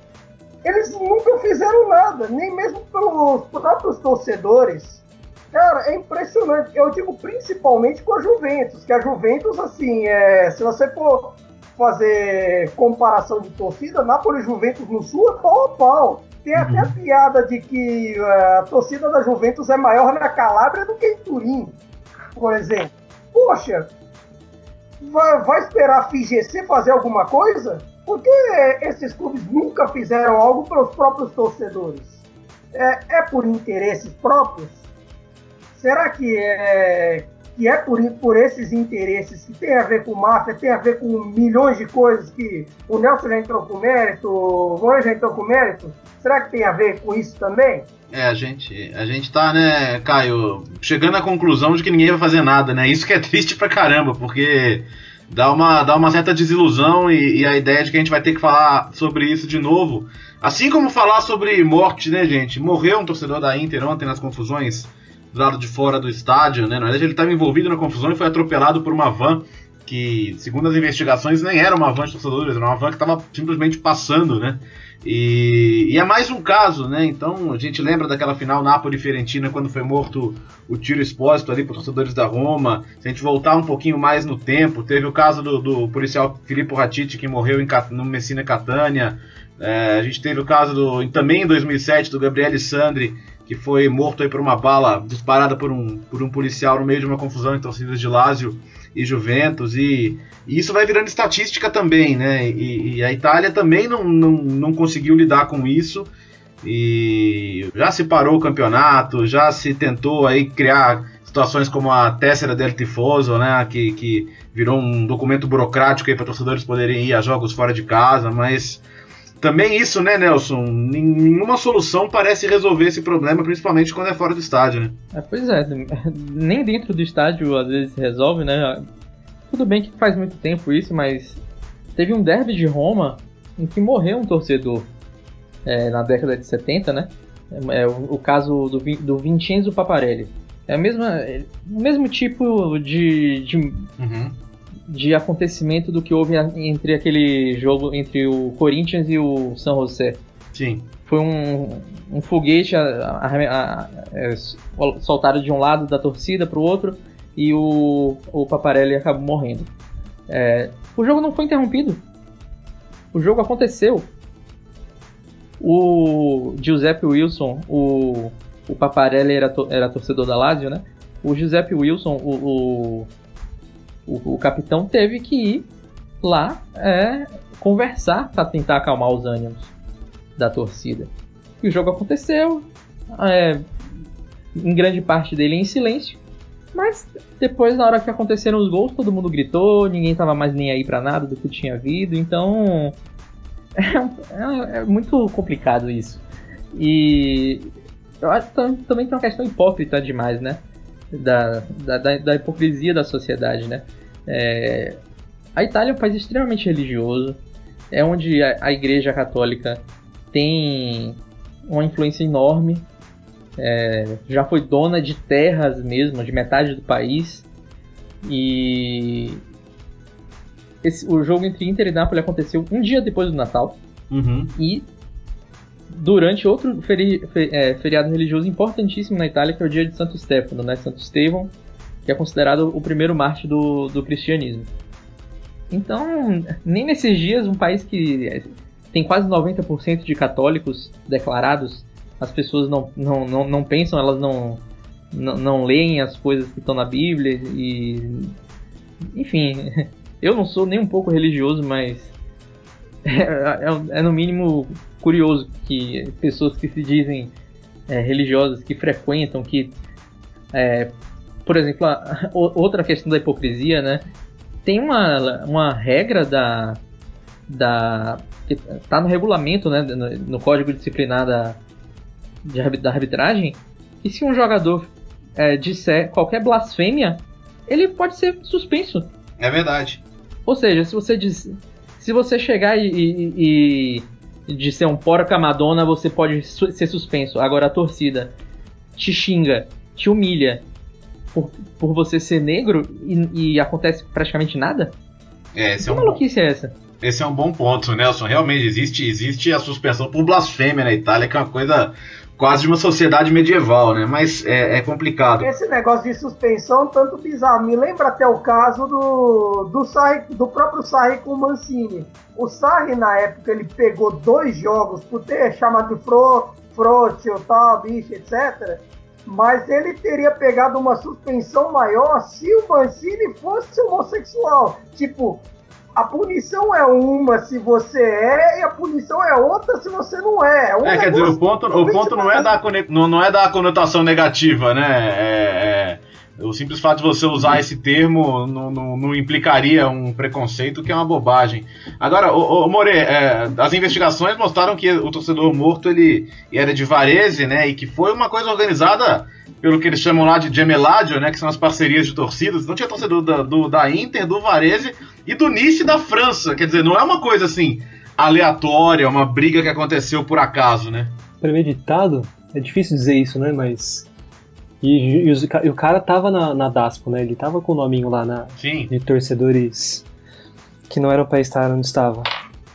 eles nunca fizeram nada, nem mesmo pelos próprios torcedores. Cara, é impressionante. Eu digo principalmente com a Juventus, que a Juventus, assim, é, se você for fazer comparação de torcida, Napoli e Juventus no Sul é pau a pau. Tem até a piada de que uh, a torcida da Juventus é maior na Calábria do que em Turim, por exemplo. Poxa, vai, vai esperar a F G C fazer alguma coisa? Por que esses clubes nunca fizeram algo para os próprios torcedores? É, é por interesses próprios? Será que é, que é por, por esses interesses que tem a ver com máfia, tem a ver com milhões de coisas que o Nelson já entrou com mérito, o Moura já entrou com mérito? Será que tem a ver com isso também? É, a gente, a gente tá, né, Caio, chegando à conclusão de que ninguém vai fazer nada, né? Isso que é triste pra caramba, porque dá uma, dá uma certa desilusão e, e a ideia de que a gente vai ter que falar sobre isso de novo. Assim como falar sobre morte, né, gente? Morreu um torcedor da Inter ontem nas confusões do lado de fora do estádio, né? Na verdade, ele estava envolvido na confusão e foi atropelado por uma van que, segundo as investigações, nem era uma van de torcedores, era uma van que estava simplesmente passando, né? E, e é mais um caso, né? Então a gente lembra daquela final Napoli-Fiorentina quando foi morto o Ciro Espósito ali por torcedores da Roma. Se a gente voltar um pouquinho mais no tempo, teve o caso do, do policial Filippo Ratiti que morreu em, no Messina Catania. É, a gente teve o caso do, também em dois mil e sete do Gabriele Sandri, que foi morto aí por uma bala disparada por um, por um policial no meio de uma confusão entre torcidas de Lazio e Juventus, e, e isso vai virando estatística também, né? E, e a Itália também não, não, não conseguiu lidar com isso, e já se parou o campeonato, já se tentou aí criar situações como a Tessera del Tifoso, né? Que, que virou um documento burocrático aí para torcedores poderem ir a jogos fora de casa, mas também isso, né, Nelson? Nenhuma solução parece resolver esse problema, principalmente quando é fora do estádio, né? É, pois é, nem dentro do estádio às vezes se resolve, né? Tudo bem que faz muito tempo isso, mas teve um derby de Roma em que morreu um torcedor é, na década de setenta, né? É, o, o caso do, do Vincenzo Paparelli. É a mesma, é, o mesmo tipo de... de uhum. de acontecimento do que houve entre aquele jogo entre o Corinthians e o San José. Sim. Foi um, um foguete a, a, a, a, soltado de um lado da torcida para o outro e o, o Paparelli acabou morrendo. É, o jogo não foi interrompido. O jogo aconteceu. O Giuseppe Wilson, o, o Paparelli era, to, era torcedor da Lazio, né? O Giuseppe Wilson, o, o O, o capitão teve que ir lá é, conversar para tentar acalmar os ânimos da torcida. E o jogo aconteceu, é, em grande parte dele em silêncio, mas depois, na hora que aconteceram os gols, todo mundo gritou, ninguém estava mais nem aí para nada do que tinha havido, então é, é, é muito complicado isso. E eu acho que também tem uma questão hipócrita demais, né? Da, da, da hipocrisia da sociedade, né? É, a Itália é um país extremamente religioso, é onde a, a Igreja Católica tem uma influência enorme, é, já foi dona de terras mesmo, de metade do país, e esse, o jogo entre Inter e Napoli aconteceu um dia depois do Natal, uhum. e durante outro feri, fer, é, feriado religioso importantíssimo na Itália, que é o dia de Santo Stefano, né? Santo Estevão, que é considerado o primeiro mártir do, do cristianismo. Então, nem nesses dias, um país que tem quase noventa por cento de católicos declarados as pessoas não, não, não, não pensam, elas não, não, não leem as coisas que estão na Bíblia e... Enfim, eu não sou nem um pouco religioso, mas é, é, é no mínimo curioso que pessoas que se dizem é, religiosas, que frequentam, que... É, por exemplo, a, outra questão da hipocrisia, né? Tem uma, uma regra da... da que tá no regulamento, né, no, no código disciplinar da, de, da arbitragem, que se um jogador é, disser qualquer blasfêmia, ele pode ser suspenso. É verdade. Ou seja, se você diz, se você chegar e, e, e disser um porca Madonna, você pode su- ser suspenso. Agora a torcida te xinga, te humilha por, por você ser negro e, e acontece praticamente nada? É, esse que é um maluquice é essa? Esse é um bom ponto, Nelson. Realmente existe, existe a suspensão por blasfêmia na Itália, que é uma coisa quase de uma sociedade medieval, né? Mas é, é complicado. Esse negócio de suspensão, tanto bizarro, me lembra até o caso do, do, Sarri, do próprio Sarri com o Mancini. O Sarri, na época, ele pegou dois jogos por ter chamado de fro, frote ou tal, bicho, etcétera. Mas ele teria pegado uma suspensão maior se o Mancini fosse homossexual. Tipo... A punição é uma se você é e a punição é outra se você não é. Um é, quer dizer, o ponto, o ponto não, é da, não, não é da conotação negativa, né? É, é, o simples fato de você usar esse termo não, não, não implicaria um preconceito, que é uma bobagem. Agora, ô, ô, More, é, as investigações mostraram que o torcedor morto ele era de Varese, né? E que foi uma coisa organizada pelo que eles chamam lá de Gemelladio, né? Que são as parcerias de torcidas. Então tinha torcedor da, do, da Inter, do Varese e do Nice da França. Quer dizer, não é uma coisa assim aleatória, uma briga que aconteceu por acaso, né? Premeditado? É difícil dizer isso, né? Mas... E, e, os, e o cara tava na, na Daspo, né? Ele tava com o nominho lá na, Sim. de torcedores que não eram pra estar onde estava.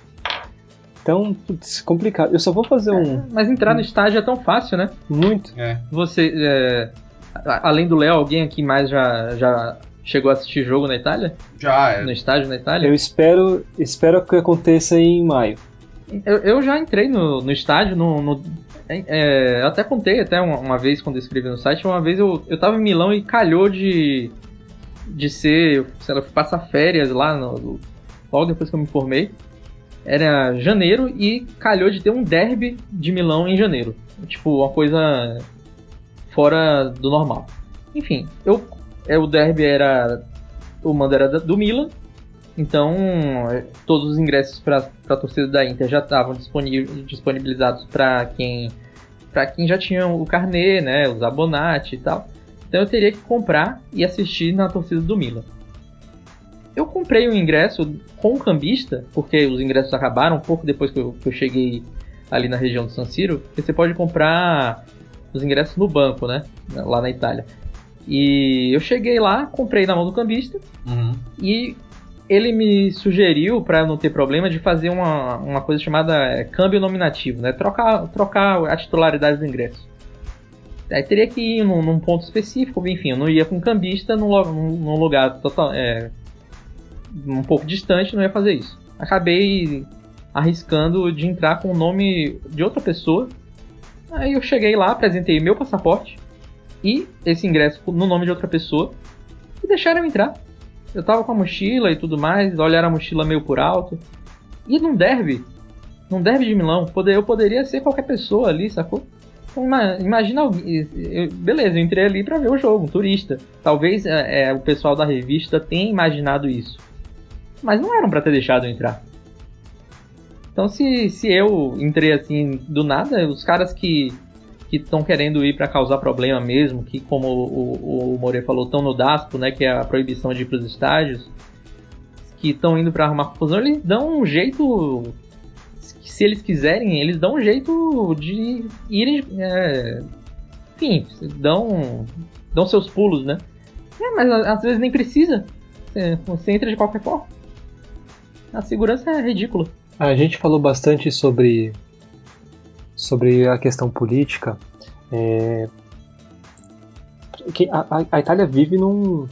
Então, putz, complicado. Eu só vou fazer um... É, mas entrar no estádio é tão fácil, né? Muito. É. Você, é, além do Léo, alguém aqui mais já, já chegou a assistir jogo na Itália? Já, é. No estádio na Itália? Eu espero, espero que aconteça em maio. Eu, eu já entrei no, no estádio, no, no, é, eu até contei até uma, uma vez quando eu escrevi no site, uma vez eu, eu tava em Milão e calhou de, de ser, sei lá, passar férias lá, no, logo depois que eu me formei. Era janeiro e calhou de ter um derby de Milão em janeiro. Tipo, uma coisa fora do normal. Enfim, eu, o derby era... O mando era do Milan. Então, todos os ingressos para a torcida da Inter já estavam disponibilizados para quem, para quem já tinha o carnê, né, os Abonati e tal. Então eu teria que comprar e assistir na torcida do Milan. Eu comprei o ingresso com o cambista, porque os ingressos acabaram um pouco depois que eu, que eu cheguei ali na região do San Siro, porque você pode comprar os ingressos no banco, né, lá na Itália. E eu cheguei lá, comprei na mão do cambista, uhum. e ele me sugeriu, para não ter problema, de fazer uma, uma coisa chamada é, câmbio nominativo, né, trocar, trocar a titularidade do ingresso. Aí teria que ir num, num ponto específico, enfim, eu não ia com cambista num, num lugar total, é, um pouco distante, não ia fazer isso. Acabei arriscando de entrar com o nome de outra pessoa. Aí eu cheguei lá, apresentei meu passaporte e esse ingresso no nome de outra pessoa e deixaram eu entrar. Eu tava com a mochila e tudo mais, olharam a mochila meio por alto. E num derby, num derby de Milão, eu poderia ser qualquer pessoa ali, sacou? Imagina alguém. Eu, beleza, eu entrei ali pra ver o jogo, um turista. Talvez é, é, o pessoal da revista tenha imaginado isso. Mas não eram pra ter deixado eu entrar. Então se, se eu entrei assim do nada, os caras que estão querendo ir pra causar problema mesmo, que como o, o, o More falou, estão no DASPO, né, que é a proibição de ir pros estádios, que estão indo pra arrumar confusão, eles dão um jeito... Se eles quiserem, eles dão um jeito de irem... É, enfim, dão, dão seus pulos, né? É, mas às vezes nem precisa. Você, você entra de qualquer forma. A segurança é ridícula. A gente falou bastante sobre, sobre a questão política. É, que a, a Itália vive num,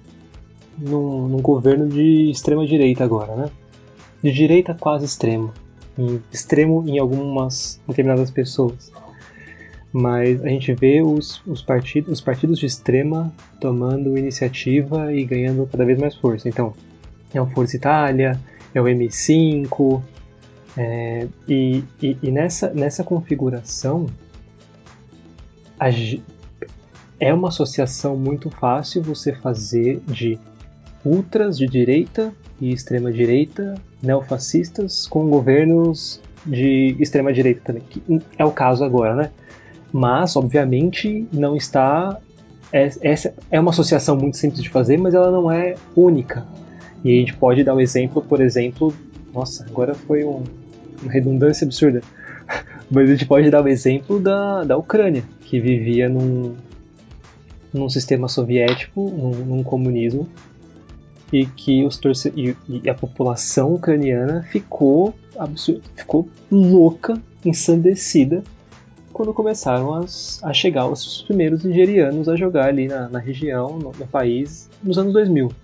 num, num governo de extrema direita agora, né? De direita quase extremo. Em extremo em algumas determinadas pessoas. mas a gente vê os, os, partidos, os partidos de extrema tomando iniciativa e ganhando cada vez mais força. Então, é o Força Itália, é o M cinco, é, e, e, e nessa, nessa configuração a, é uma associação muito fácil você fazer de ultras de direita e extrema direita, neofascistas com governos de extrema direita também, que é o caso agora, né? Mas, obviamente, não está... É, essa é uma associação muito simples de fazer, mas ela não é única. E a gente pode dar um exemplo, por exemplo... Nossa, agora foi um, uma redundância absurda. Mas a gente pode dar um exemplo da, da Ucrânia, que vivia num, num sistema soviético, num, num comunismo, e que os torce- e, e a população ucraniana ficou, absurdo, ficou louca, ensandecida, quando começaram as, a chegar os primeiros nigerianos a jogar ali na, na região, no, no país, nos anos dois mil.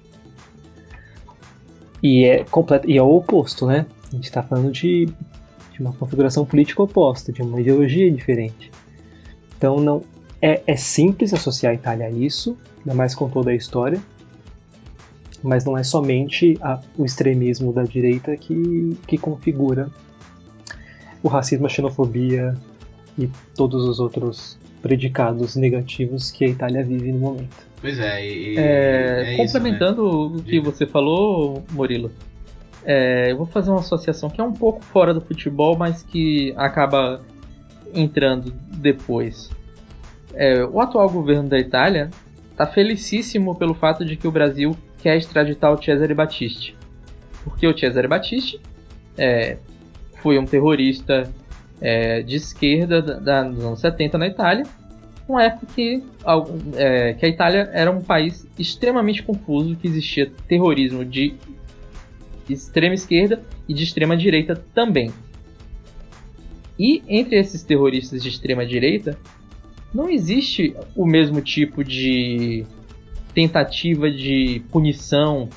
E é, completo, e é o oposto, né? A gente está falando de, de uma configuração política oposta, de uma ideologia diferente. Então não é, é simples associar a Itália a isso, ainda mais com toda a história, mas não é somente a, o extremismo da direita que, que configura o racismo, a xenofobia e todos os outros predicados negativos que a Itália vive no momento. Pois é, e, é, é complementando isso, né? o que você falou, Murilo, é, eu vou fazer uma associação que é um pouco fora do futebol, mas que acaba entrando depois. É, o atual governo da Itália está felicíssimo pelo fato de que o Brasil quer extraditar o Cesare Battisti. Porque o Cesare Battisti é, foi um terrorista é, de esquerda da, da, dos anos setenta na Itália, uma época que, é, que a Itália era um país extremamente confuso, que existia terrorismo de extrema esquerda e de extrema direita também. E entre esses terroristas de extrema direita, não existe o mesmo tipo de tentativa de punição.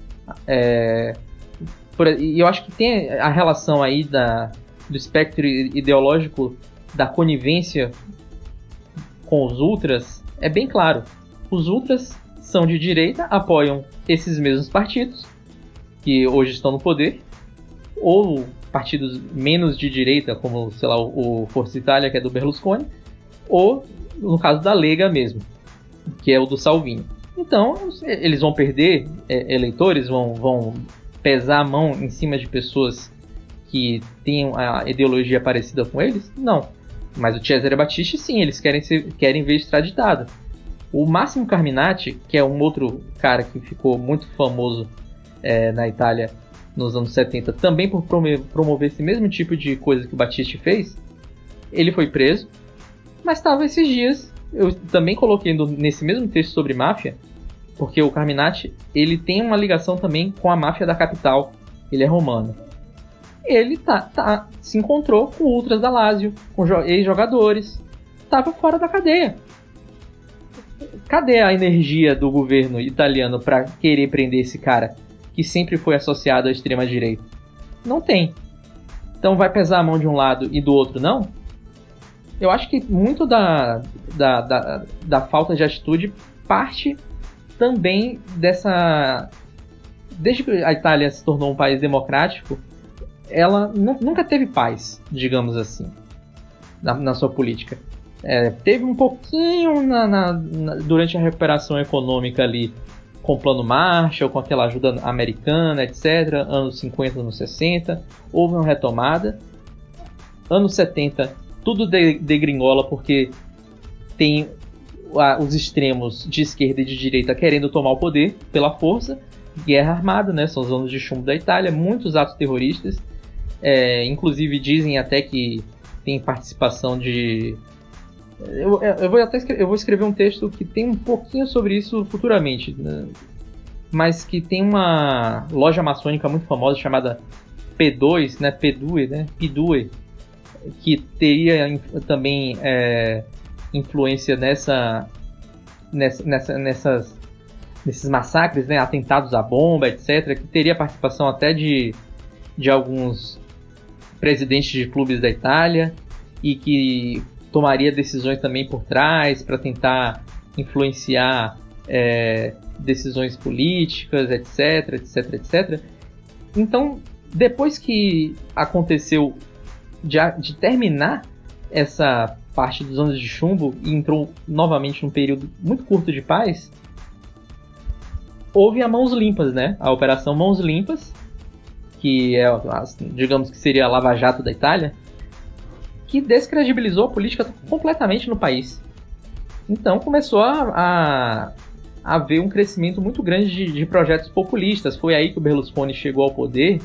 É, por, e eu acho que tem a relação aí da, do espectro ideológico da conivência com os ultras é bem claro. Os ultras são de direita, apoiam esses mesmos partidos que hoje estão no poder, ou partidos menos de direita, como sei lá, o Força Itália, que é do Berlusconi, ou no caso da Lega mesmo, que é o do Salvini. Então, eles vão perder é, eleitores, vão, vão pesar a mão em cima de pessoas que têm a ideologia parecida com eles? Não. Mas o Cesare Battisti, sim, eles querem, ser, querem ver extraditado. O Massimo Carminati, que é um outro cara que ficou muito famoso é, na Itália nos anos setenta, também por promover esse mesmo tipo de coisa que o Battisti fez, ele foi preso, mas estava esses dias, eu também coloquei no, nesse mesmo texto sobre máfia, porque o Carminati, ele tem uma ligação também com a máfia da capital, ele é romano. Ele tá, tá, se encontrou com ultras da Lazio, com ex-jogadores, estava fora da cadeia. Cadê a energia do governo italiano para querer prender esse cara que sempre foi associado à extrema-direita? Não tem. Então vai pesar a mão de um lado e do outro não? Eu acho que muito da, da, da, da falta de atitude parte também dessa... Desde que a Itália se tornou um país democrático, ela n- nunca teve paz, digamos assim, na, na sua política. É, teve um pouquinho na, na, na, durante a recuperação econômica ali, com o Plano Marshall, com aquela ajuda americana, etcétera. Anos cinquenta, anos sessenta, houve uma retomada. Anos setenta, tudo degringola porque tem a, os extremos de esquerda e de direita querendo tomar o poder pela força. Guerra armada, né? São os anos de chumbo da Itália, muitos atos terroristas. É, inclusive dizem até que tem participação de... Eu, eu, vou até escrever, eu vou escrever um texto que tem um pouquinho sobre isso futuramente, né? Mas que tem uma loja maçônica muito famosa chamada P dois, né? P dois, né? P dois, que teria também é, influência nessa, nessa, nessa, nessas, nesses massacres, né? Atentados à bomba, etcétera. Que teria participação até de, de alguns presidentes de clubes da Itália e que tomaria decisões também por trás para tentar influenciar é, decisões políticas, etc, etc, etcétera. Então, depois que aconteceu de, de terminar essa parte dos anos de chumbo e entrou novamente num período muito curto de paz, houve a Mãos Limpas, né? A Operação Mãos Limpas, que é, digamos que seria a Lava Jato da Itália, que descredibilizou a política completamente no país. Então começou a, a, a haver um crescimento muito grande de, de projetos populistas. Foi aí que o Berlusconi chegou ao poder.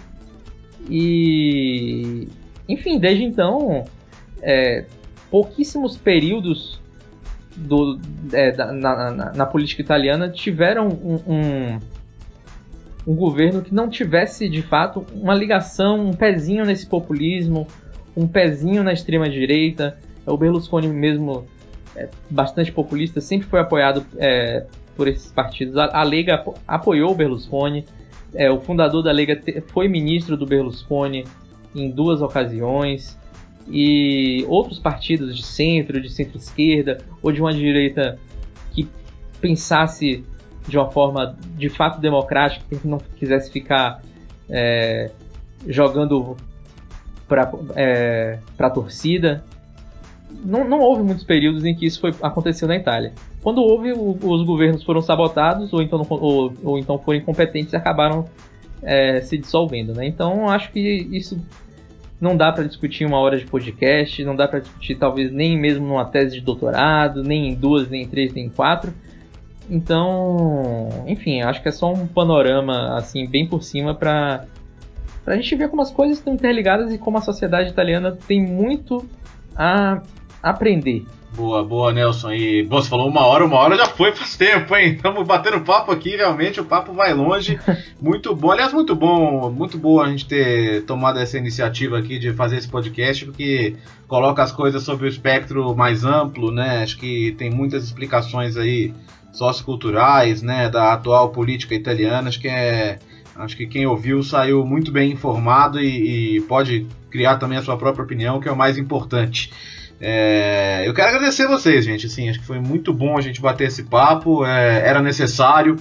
E, enfim, desde então, é, pouquíssimos períodos do, é, da, na, na, na política italiana tiveram um, um, um governo que não tivesse, de fato, uma ligação, um pezinho nesse populismo, um pezinho na extrema-direita. O Berlusconi mesmo, é, bastante populista, sempre foi apoiado é, por esses partidos. A, a Lega apo, apoiou o Berlusconi. É, o fundador da Lega te, foi ministro do Berlusconi em duas ocasiões. E outros partidos de centro, de centro-esquerda, ou de uma direita que pensasse de uma forma de fato democrática, que não quisesse ficar é, jogando para é, a torcida. Não, não houve muitos períodos em que isso foi, aconteceu na Itália. Quando houve, o, os governos foram sabotados ou então, ou, ou então foram incompetentes e acabaram é, se dissolvendo, né? Então acho que isso não dá para discutir em uma hora de podcast, não dá para discutir talvez nem mesmo numa tese de doutorado, nem em duas, nem em três, nem em quatro. Então, enfim, acho que é só um panorama assim bem por cima para a gente ver como as coisas estão interligadas e como a sociedade italiana tem muito a aprender. Boa, boa, Nelson. E bom, você falou uma hora, uma hora já foi faz tempo, hein? Estamos batendo papo aqui, realmente o papo vai longe. Muito bom, aliás, muito bom, muito boa a gente ter tomado essa iniciativa aqui de fazer esse podcast, porque coloca as coisas sob o espectro mais amplo, né? Acho que tem muitas explicações aí socioculturais, né, da atual política italiana. Acho que é, acho que quem ouviu saiu muito bem informado e, e pode criar também a sua própria opinião, que é o mais importante. É, eu quero agradecer vocês, gente. Assim, acho que foi muito bom a gente bater esse papo. É, era necessário.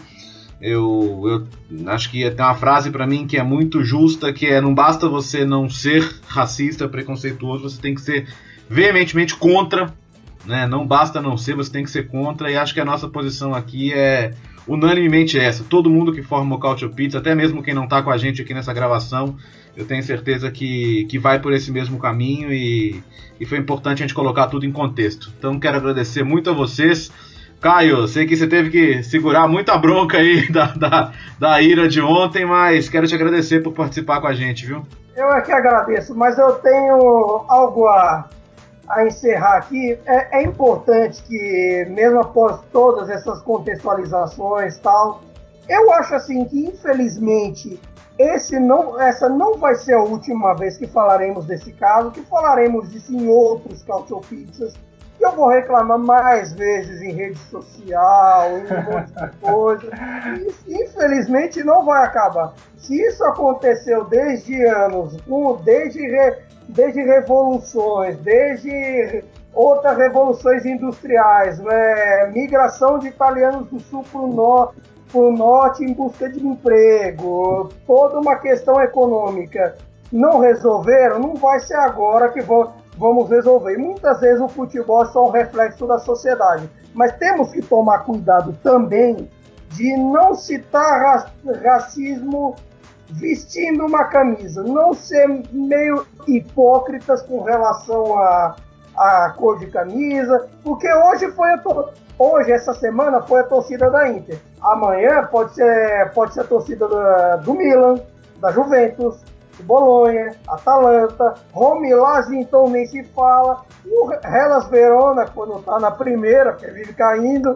Eu, eu acho que tem uma frase para mim que é muito justa, que é: não basta você não ser racista, preconceituoso, você tem que ser veementemente contra, né? Não basta não ser, você tem que ser contra. E acho que a nossa posição aqui é unanimemente essa. Todo mundo que forma o Cautio Pizza, até mesmo quem não está com a gente aqui nessa gravação, eu tenho certeza que, que vai por esse mesmo caminho, e, e foi importante a gente colocar tudo em contexto. Então quero agradecer muito a vocês. Caio, sei que você teve que segurar muita bronca aí da, da, da ira de ontem, mas quero te agradecer por participar com a gente, viu? Eu é que agradeço, mas eu tenho algo a, a encerrar aqui. É, é importante que, mesmo após todas essas contextualizações e tal, eu acho assim que, infelizmente, esse não, essa não vai ser a última vez que falaremos desse caso, que falaremos disso em outros Cautio Pizzas, que eu vou reclamar mais vezes em rede social, em um monte de coisa. E, infelizmente, não vai acabar. Se isso aconteceu desde anos, desde, desde revoluções, desde outras revoluções industriais, né, migração de italianos do sul para o norte, para o norte em busca de emprego, toda uma questão econômica, não resolveram, não vai ser agora que vão, vamos resolver. E muitas vezes o futebol é só um reflexo da sociedade. Mas temos que tomar cuidado também de não citar ra- racismo vestindo uma camisa, não ser meio hipócritas com relação a a cor de camisa, porque hoje foi a to... hoje, essa semana, foi a torcida da Inter. Amanhã pode ser, pode ser a torcida do, do Milan, da Juventus, do Bolonha, Atalanta, Roma e Lazio, então nem se fala. E o Hellas Verona, quando está na primeira, que vive caindo,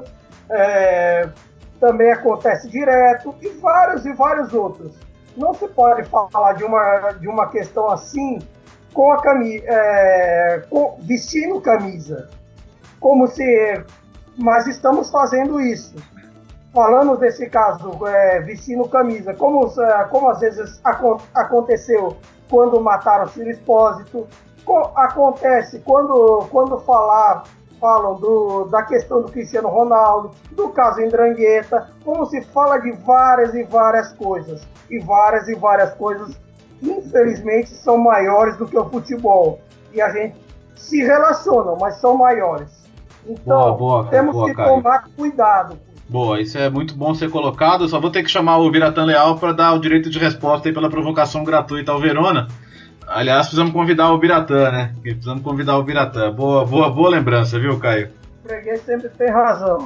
é, também acontece direto, e vários e vários outros. Não se pode falar de uma, de uma questão assim com a camisa, é, com, vestindo camisa, como se, mas estamos fazendo isso, falando desse caso, é, vestindo camisa, como, como às vezes aco- aconteceu quando mataram Ciro Espósito, acontece quando, quando falar, falam do, da questão do Cristiano Ronaldo, do caso Ndrangheta, como se fala de várias e várias coisas. E várias e várias coisas, infelizmente, são maiores do que o futebol. E a gente se relaciona, mas são maiores. Então, boa, boa, temos boa, que Caio. tomar cuidado. Boa, isso é muito bom ser colocado. Eu só vou ter que chamar o Biratan Leal para dar o direito de resposta aí pela provocação gratuita ao Verona. Aliás, precisamos convidar o Biratan, né? Precisamos convidar o Biratan. Boa, boa, boa lembrança, viu, Caio? O freguês sempre tem razão.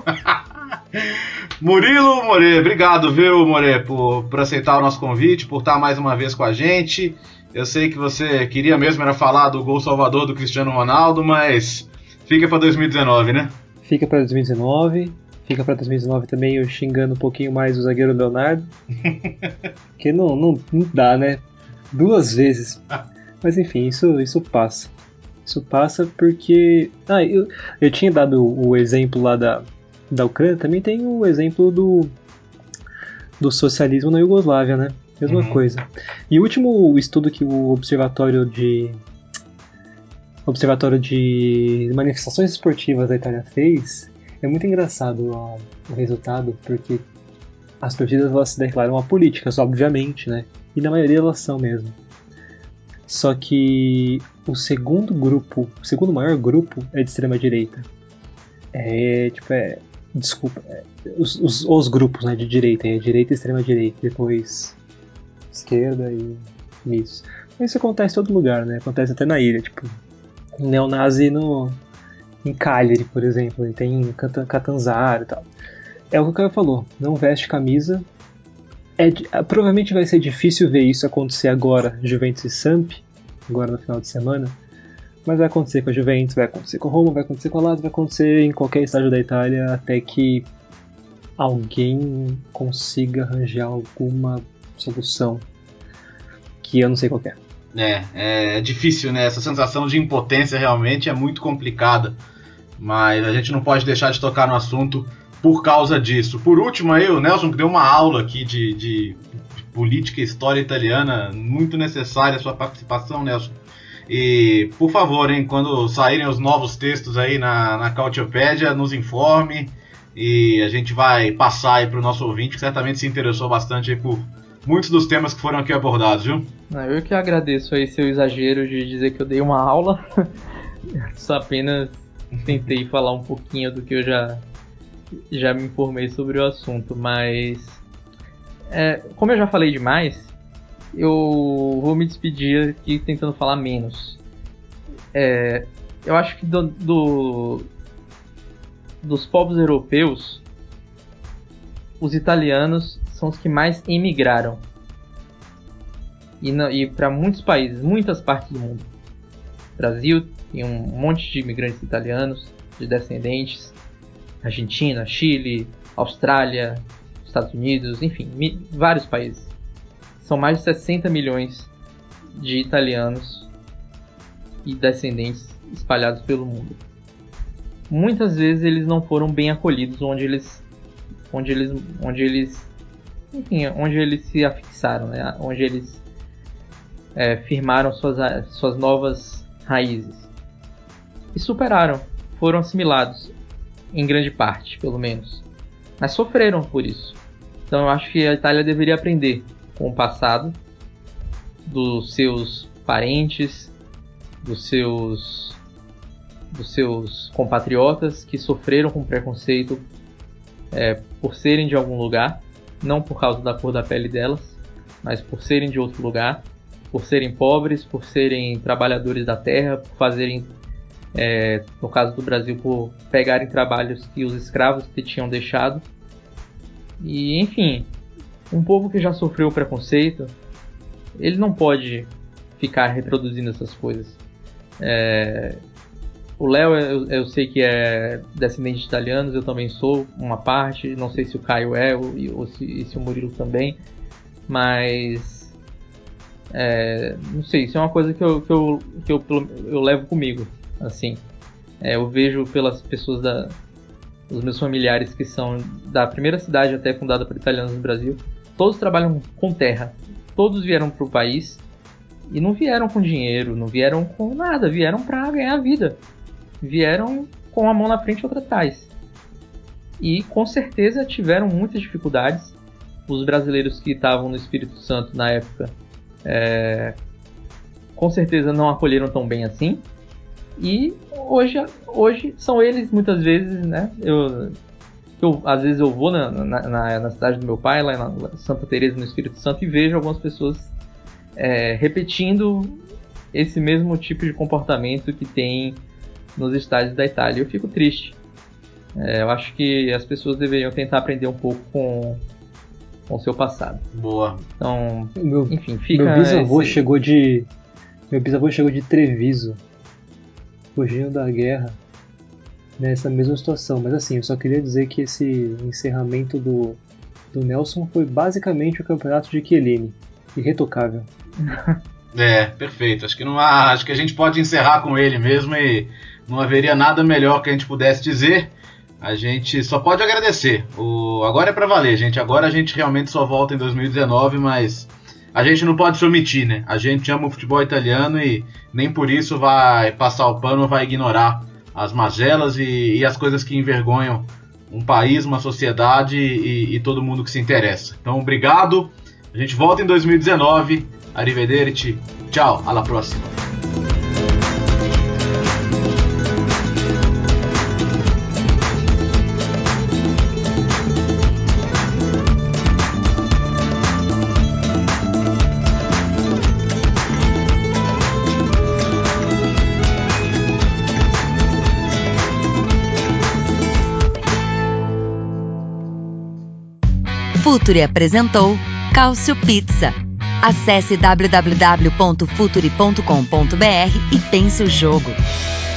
Murilo More, obrigado, viu, More, por, por aceitar o nosso convite, por estar mais uma vez com a gente. Eu sei que você queria mesmo era falar do gol salvador do Cristiano Ronaldo, mas fica para dois mil e dezenove, né? Fica para dois mil e dezenove. Fica para dois mil e dezenove também eu xingando um pouquinho mais o zagueiro Leonardo. Porque não, não, não dá, né? Duas vezes. Mas enfim, isso, isso passa. Isso passa porque... Ah, eu, eu tinha dado o exemplo lá da, da Ucrânia, também tem o exemplo do, do socialismo na Iugoslávia, né? Mesma uhum. coisa. E o último estudo que o Observatório de... Observatório de Manifestações Esportivas da Itália fez... É muito engraçado ó, o resultado, porque as torcidas elas se declaram apolíticas, obviamente, né? E na maioria elas são mesmo. Só que o segundo grupo, o segundo maior grupo é de extrema direita. É, tipo, é... Desculpa, é, os, os, os grupos né, de direita, é direita e extrema direita, depois esquerda e isso. Isso acontece em todo lugar, né? Acontece até na ilha, tipo, neonazi no... Em Cagliari, por exemplo, tem em Catanzaro e tal. É o que o Caio falou, não veste camisa. É, provavelmente vai ser difícil ver isso acontecer agora, Juventus e Samp, agora no final de semana. Mas vai acontecer com a Juventus, vai acontecer com a Roma, vai acontecer com a Lazio, vai acontecer em qualquer estádio da Itália até que alguém consiga arranjar alguma solução que eu não sei qual é. É, é difícil, né? Essa sensação de impotência realmente é muito complicada. Mas a gente não pode deixar de tocar no assunto por causa disso. Por último aí, o Nelson que deu uma aula aqui de, de política e história italiana, muito necessária a sua participação, Nelson. E, por favor, hein, quando saírem os novos textos aí na, na Cautiopédia, nos informe e a gente vai passar aí para o nosso ouvinte, que certamente se interessou bastante aí por muitos dos temas que foram aqui abordados, viu? Eu que agradeço aí seu exagero de dizer que eu dei uma aula. Só apenas tentei falar um pouquinho do que eu já, já me informei sobre o assunto, mas é, como eu já falei demais, eu vou me despedir aqui tentando falar menos. É, eu acho que do, do, dos povos europeus, os italianos são os que mais emigraram. E, e para muitos países, muitas partes do mundo. Brasil tem um monte de imigrantes italianos, de descendentes. Argentina, Chile, Austrália, Estados Unidos, enfim, mi, vários países. São mais de sessenta milhões de italianos e descendentes espalhados pelo mundo. Muitas vezes eles não foram bem acolhidos onde eles, onde eles, onde eles, enfim, onde eles se afixaram, né? Onde eles é, firmaram suas, suas novas raízes. E superaram, foram assimilados, em grande parte, pelo menos. Mas sofreram por isso. Então eu acho que a Itália deveria aprender com o passado dos seus parentes, dos seus, dos seus compatriotas que sofreram com preconceito é, por serem de algum lugar, não por causa da cor da pele delas, mas por serem de outro lugar, por serem pobres, por serem trabalhadores da terra, por fazerem, é, no caso do Brasil, por pegarem trabalhos que os escravos que tinham deixado. E, enfim, um povo que já sofreu preconceito, ele não pode ficar reproduzindo essas coisas. É, o Léo, eu, eu sei que é descendente de italianos, eu também sou, uma parte, não sei se o Caio é, ou, ou se, se o Murilo também, mas... É, não sei, isso é uma coisa que eu, que eu, que eu, eu levo comigo, assim. É, eu vejo pelas pessoas, da, os meus familiares que são da primeira cidade até fundada por italianos no Brasil, todos trabalham com terra, todos vieram para o país E não vieram com dinheiro, não vieram com nada, vieram para ganhar vida. Vieram com uma mão na frente e outra atrás. E com certeza tiveram muitas dificuldades. Os brasileiros que estavam no Espírito Santo na época, é, com certeza não acolheram tão bem assim. E hoje, hoje são eles muitas vezes, né? Eu, eu, às vezes eu vou na, na, na cidade do meu pai, lá em Santa Teresa, no Espírito Santo, e vejo algumas pessoas é, repetindo esse mesmo tipo de comportamento que tem nos estádios da Itália. Eu fico triste. É, eu acho que as pessoas deveriam tentar aprender um pouco com com o seu passado. Boa. Então, meu, enfim, fica meu bisavô esse... chegou de meu bisavô chegou de Treviso, fugindo da guerra, nessa mesma situação. Mas assim, eu só queria dizer que esse encerramento do do Nelson foi basicamente o campeonato de Chiellini, irretocável. É, perfeito. Acho que não há, acho que a gente pode encerrar com ele mesmo e não haveria nada melhor que a gente pudesse dizer. A gente só pode agradecer. O, agora é pra valer, gente. Agora a gente realmente só volta em dois mil e dezenove, mas a gente não pode se omitir, né? A gente ama o futebol italiano e nem por isso vai passar o pano ou vai ignorar as mazelas e, e as coisas que envergonham um país, uma sociedade e, e todo mundo que se interessa. Então, obrigado. A gente volta em dois mil e dezenove. Arrivederci. Tchau. Alla próxima. Futuri apresentou Cálcio Pizza. Acesse w w w ponto futuri ponto com ponto b r e pense o jogo.